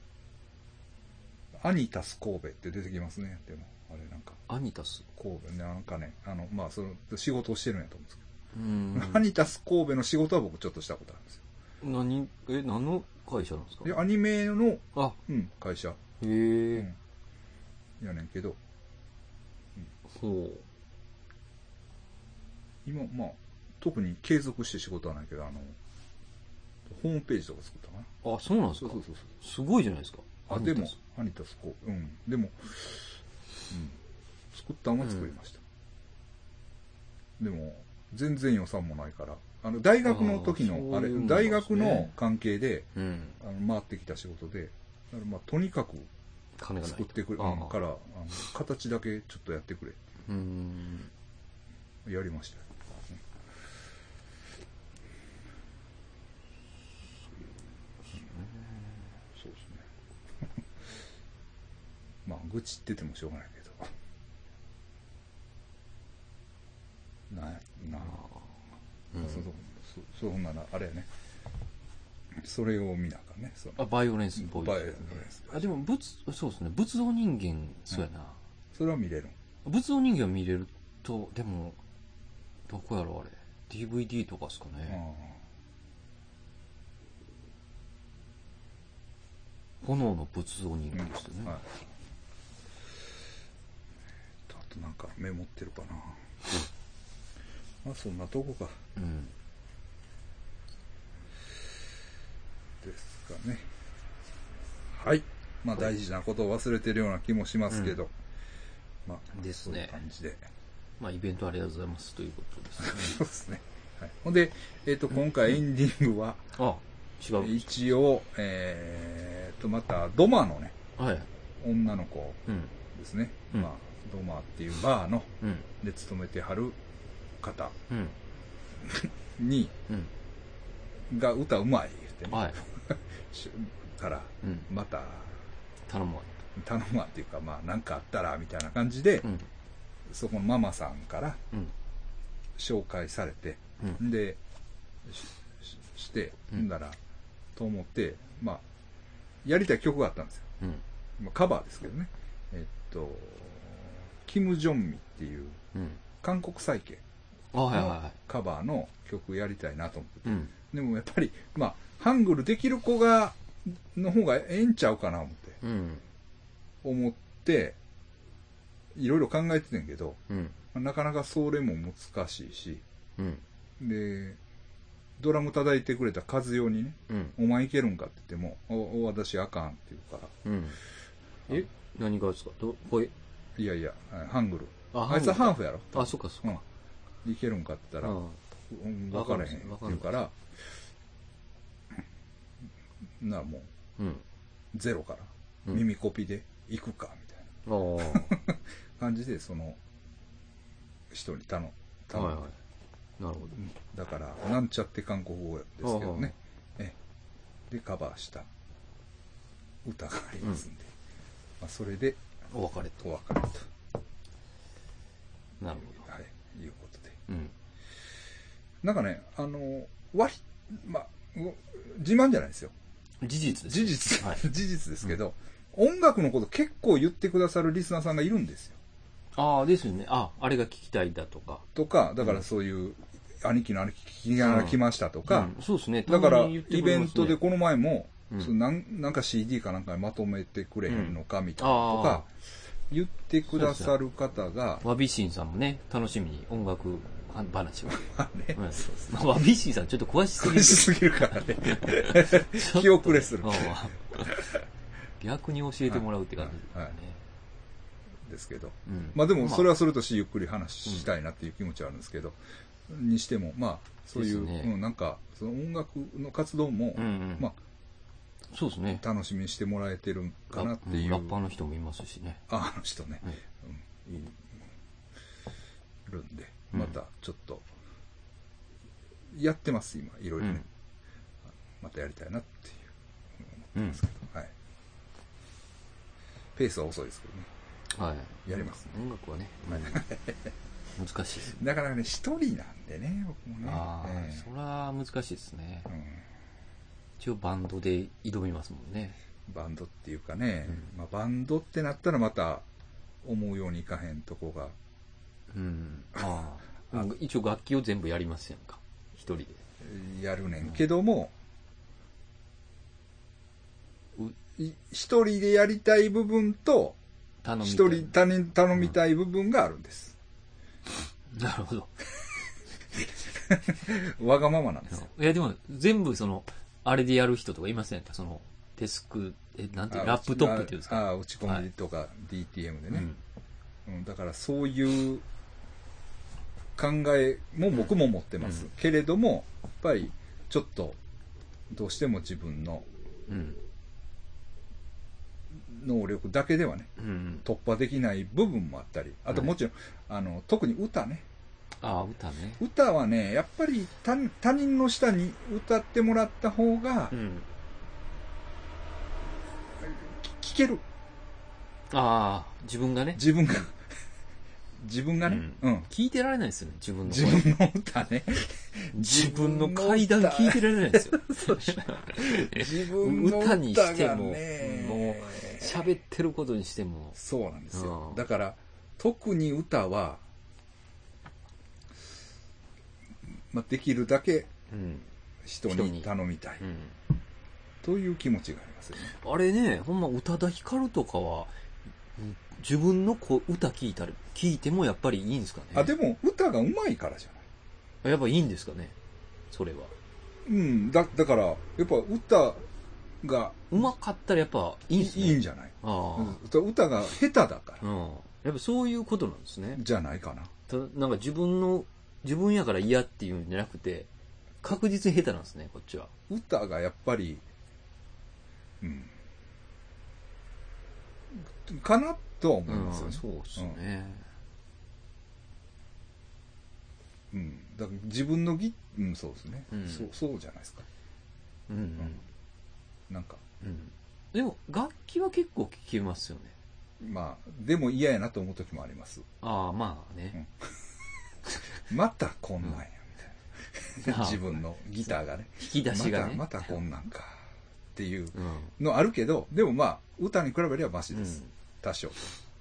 アニタス神戸って出てきますね。でも、あれなんか。 アニタス神戸ね、なんかね、まあ、その仕事をしてるんやと思うんですけど。アニタス神戸の仕事は僕ちょっとしたことあるんですよ。 何の会社なんですか？ アニメの、会社。 へえ。 やねんけど。 ほう。 今、まあ、特に継続して仕事はないけど、ホームページとか作ったかな。 あ、そうなんですか？ そう。 すごいじゃないですか。 でも、アニタス神戸。でも、作ったんは作りました。でも、全然予算もないから、大学の時の、大学の関係で、回ってきた仕事で、まあ、とにかく作ってくれ、から、形だけちょっとやってくれってやりましたよ。そうですね。まあ、愚痴っててもしょうがないけど。そんなら、あれやね。それを見なかね。 バイオレンスボーイズ。 バイオレンス。 でも、そうですね。仏像人間、そうやな。 それは見れる。 仏像人間は見れると、でも、どこやろあれ。DVD とかですかね。炎の仏像人間ですよね。あとなんかメモってるかな。まあそんなとこか。ですかね。はい。まあ大事なことを忘れてるような気もしますけど。まあ、 ですね。 そういう感じで。 まあイベントありがとうございますということですね。 そうですね。はい。ほんで、今回エンディングは、 違う。 一応、またドマのね、女の子ですね。まあ、ドマっていうバーの、で勤めてはる方に、が歌うまい言ってね。から、また、 頼むわっていうか、まあ、なんかあったら、みたいな感じで、そこのママさんから紹介されて、で、して、んだら、と思って、まあ、やりたい曲があったんですよ。まあ、カバーですけどね。キム・ジョンミっていう、韓国再建のカバーの曲やりたいなと思ってて。でもやっぱり、まあ、ハングルできる子の方がええんちゃうかな思って、いろいろ考えててんけど、なかなかそれも難しいし、で、ドラム叩いてくれた和代にね、お前いけるんかって言っても、私あかんって言うから。 何がですか？ いやいや、ハングル。あいつはハーフやろ。 そっか。 いけるんかって言ったら、分からへんって言うから、もう、ゼロから、耳コピで行くか、みたいな感じで、その、人に頼んで。 なるほど。 だから、なんちゃって韓国語ですけどね。で、カバーした歌がありますんで、まあ、それで、 お別れと。 なるほど。 はい、いうことで。なんかね、割まあ、自慢じゃないですよ。 事実です。 事実、はい、事実ですけど、音楽のこと結構言ってくださるリスナーさんがいるんですよ。 ああ、ですよね。あれが聞きたいだとか。 とか、だからそういう、兄貴の聞きながら来ましたとか、 そうですね。 だから、イベントでこの前も、なんか CD かなんかにまとめてくれへんのかみたいなとか、言ってくださる方が。 わびしんさんもね、楽しみに音楽話を。 ね、 わびしんさんちょっと詳しすぎる。 詳しすぎるからね。気遅れする。 逆に教えてもらうって感じですね。 ですけど。まあでも、それはそれとしてゆっくり話したいなっていう気持ちはあるんですけど、にしても、まあ、そういう、なんか、その音楽の活動も、まあ、 そうですね。 楽しみにしてもらえてるかなっていう。 ラッパーの人もいますしね。 あの人ね。いるんで、またちょっと、やってます、今、いろいろね。またやりたいなっていう思ってますけど、はい。ペースは遅いですけどね。はい。やります。 音楽はね、難しいです。 なかなかね、一人なんでね、僕もね。 それは難しいですね。一応バンドで挑みますもんね。 バンドっていうかね、まあバンドってなったらまた思うようにいかへんとこが。 一応楽器を全部やりますやんか。一人で。 やるねんけども、一人でやりたい部分と、他人頼みたい部分があるんです。 なるほど。 わがままなんですよ。 いやでも全部あれでやる人とかいませんか？デスク、なんていうラップトップっていうんですか？ 打ち込みとか DTM でね。だからそういう考えも僕も持ってます。けれども、やっぱりちょっとどうしても自分の能力だけではね、突破できない部分もあったり、あともちろん、特に歌ね。 歌ね。 歌はね、やっぱり他人の下に歌ってもらった方が、聞ける。 自分がね。 自分がね、 聞いてられないですよね、自分の歌ね。 自分の階段聞いてられないですよ。 自分の歌にしても、もう、 喋ってることにしても。 そうなんですよ。だから、特に歌は、まあ、できるだけ人に頼みたい、という気持ちがありますよね。 あれね、ほんま宇多田ヒカルとかは自分の歌聞いてもやっぱりいいんですかね。 でも歌が上手いからじゃない。やっぱいいんですかね、それは。 だからやっぱ歌が上手かったらやっぱいいんですね。 いいんじゃない。歌が下手だから。 やっぱそういうことなんですね。 じゃないかな。 なんか自分やから嫌っていうんじゃなくて、確実に下手なんですね、こっちは。 歌がやっぱり、かなとは思いますよね。 そうですね。 だから自分のそうですね。そうじゃないですか。なんか。 でも、楽器は結構聴けますよね。 まあ、でも嫌やなと思う時もあります。 まあね。 またこんなんや、みたいな。自分のギターがね。 引き出しがね。 またこんなんか。っていうのあるけど、でもまあ、歌に比べればマシです。多少。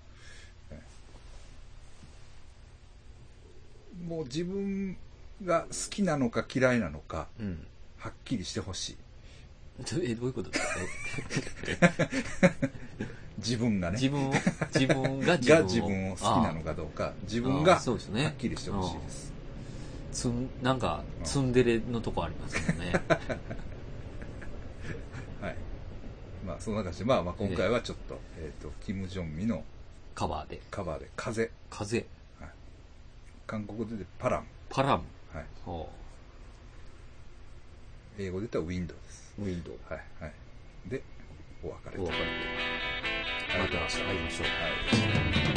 もう自分が好きなのか嫌いなのか、はっきりしてほしい。 どういうことですか？自分がね。 自分が自分を好きなのかどうか、自分がはっきりしてほしいです。 なんか、ツンデレのとこありますけどね。 はい。まあ、そんな感じで、まあ今回はちょっと、キム・ジョンミのカバーで、 風。はい。韓国語でパラム。はい。英語で言ったらウィンドウです。 ウィンドウ。 はい。で、お別れ。 また会いましょう。はい。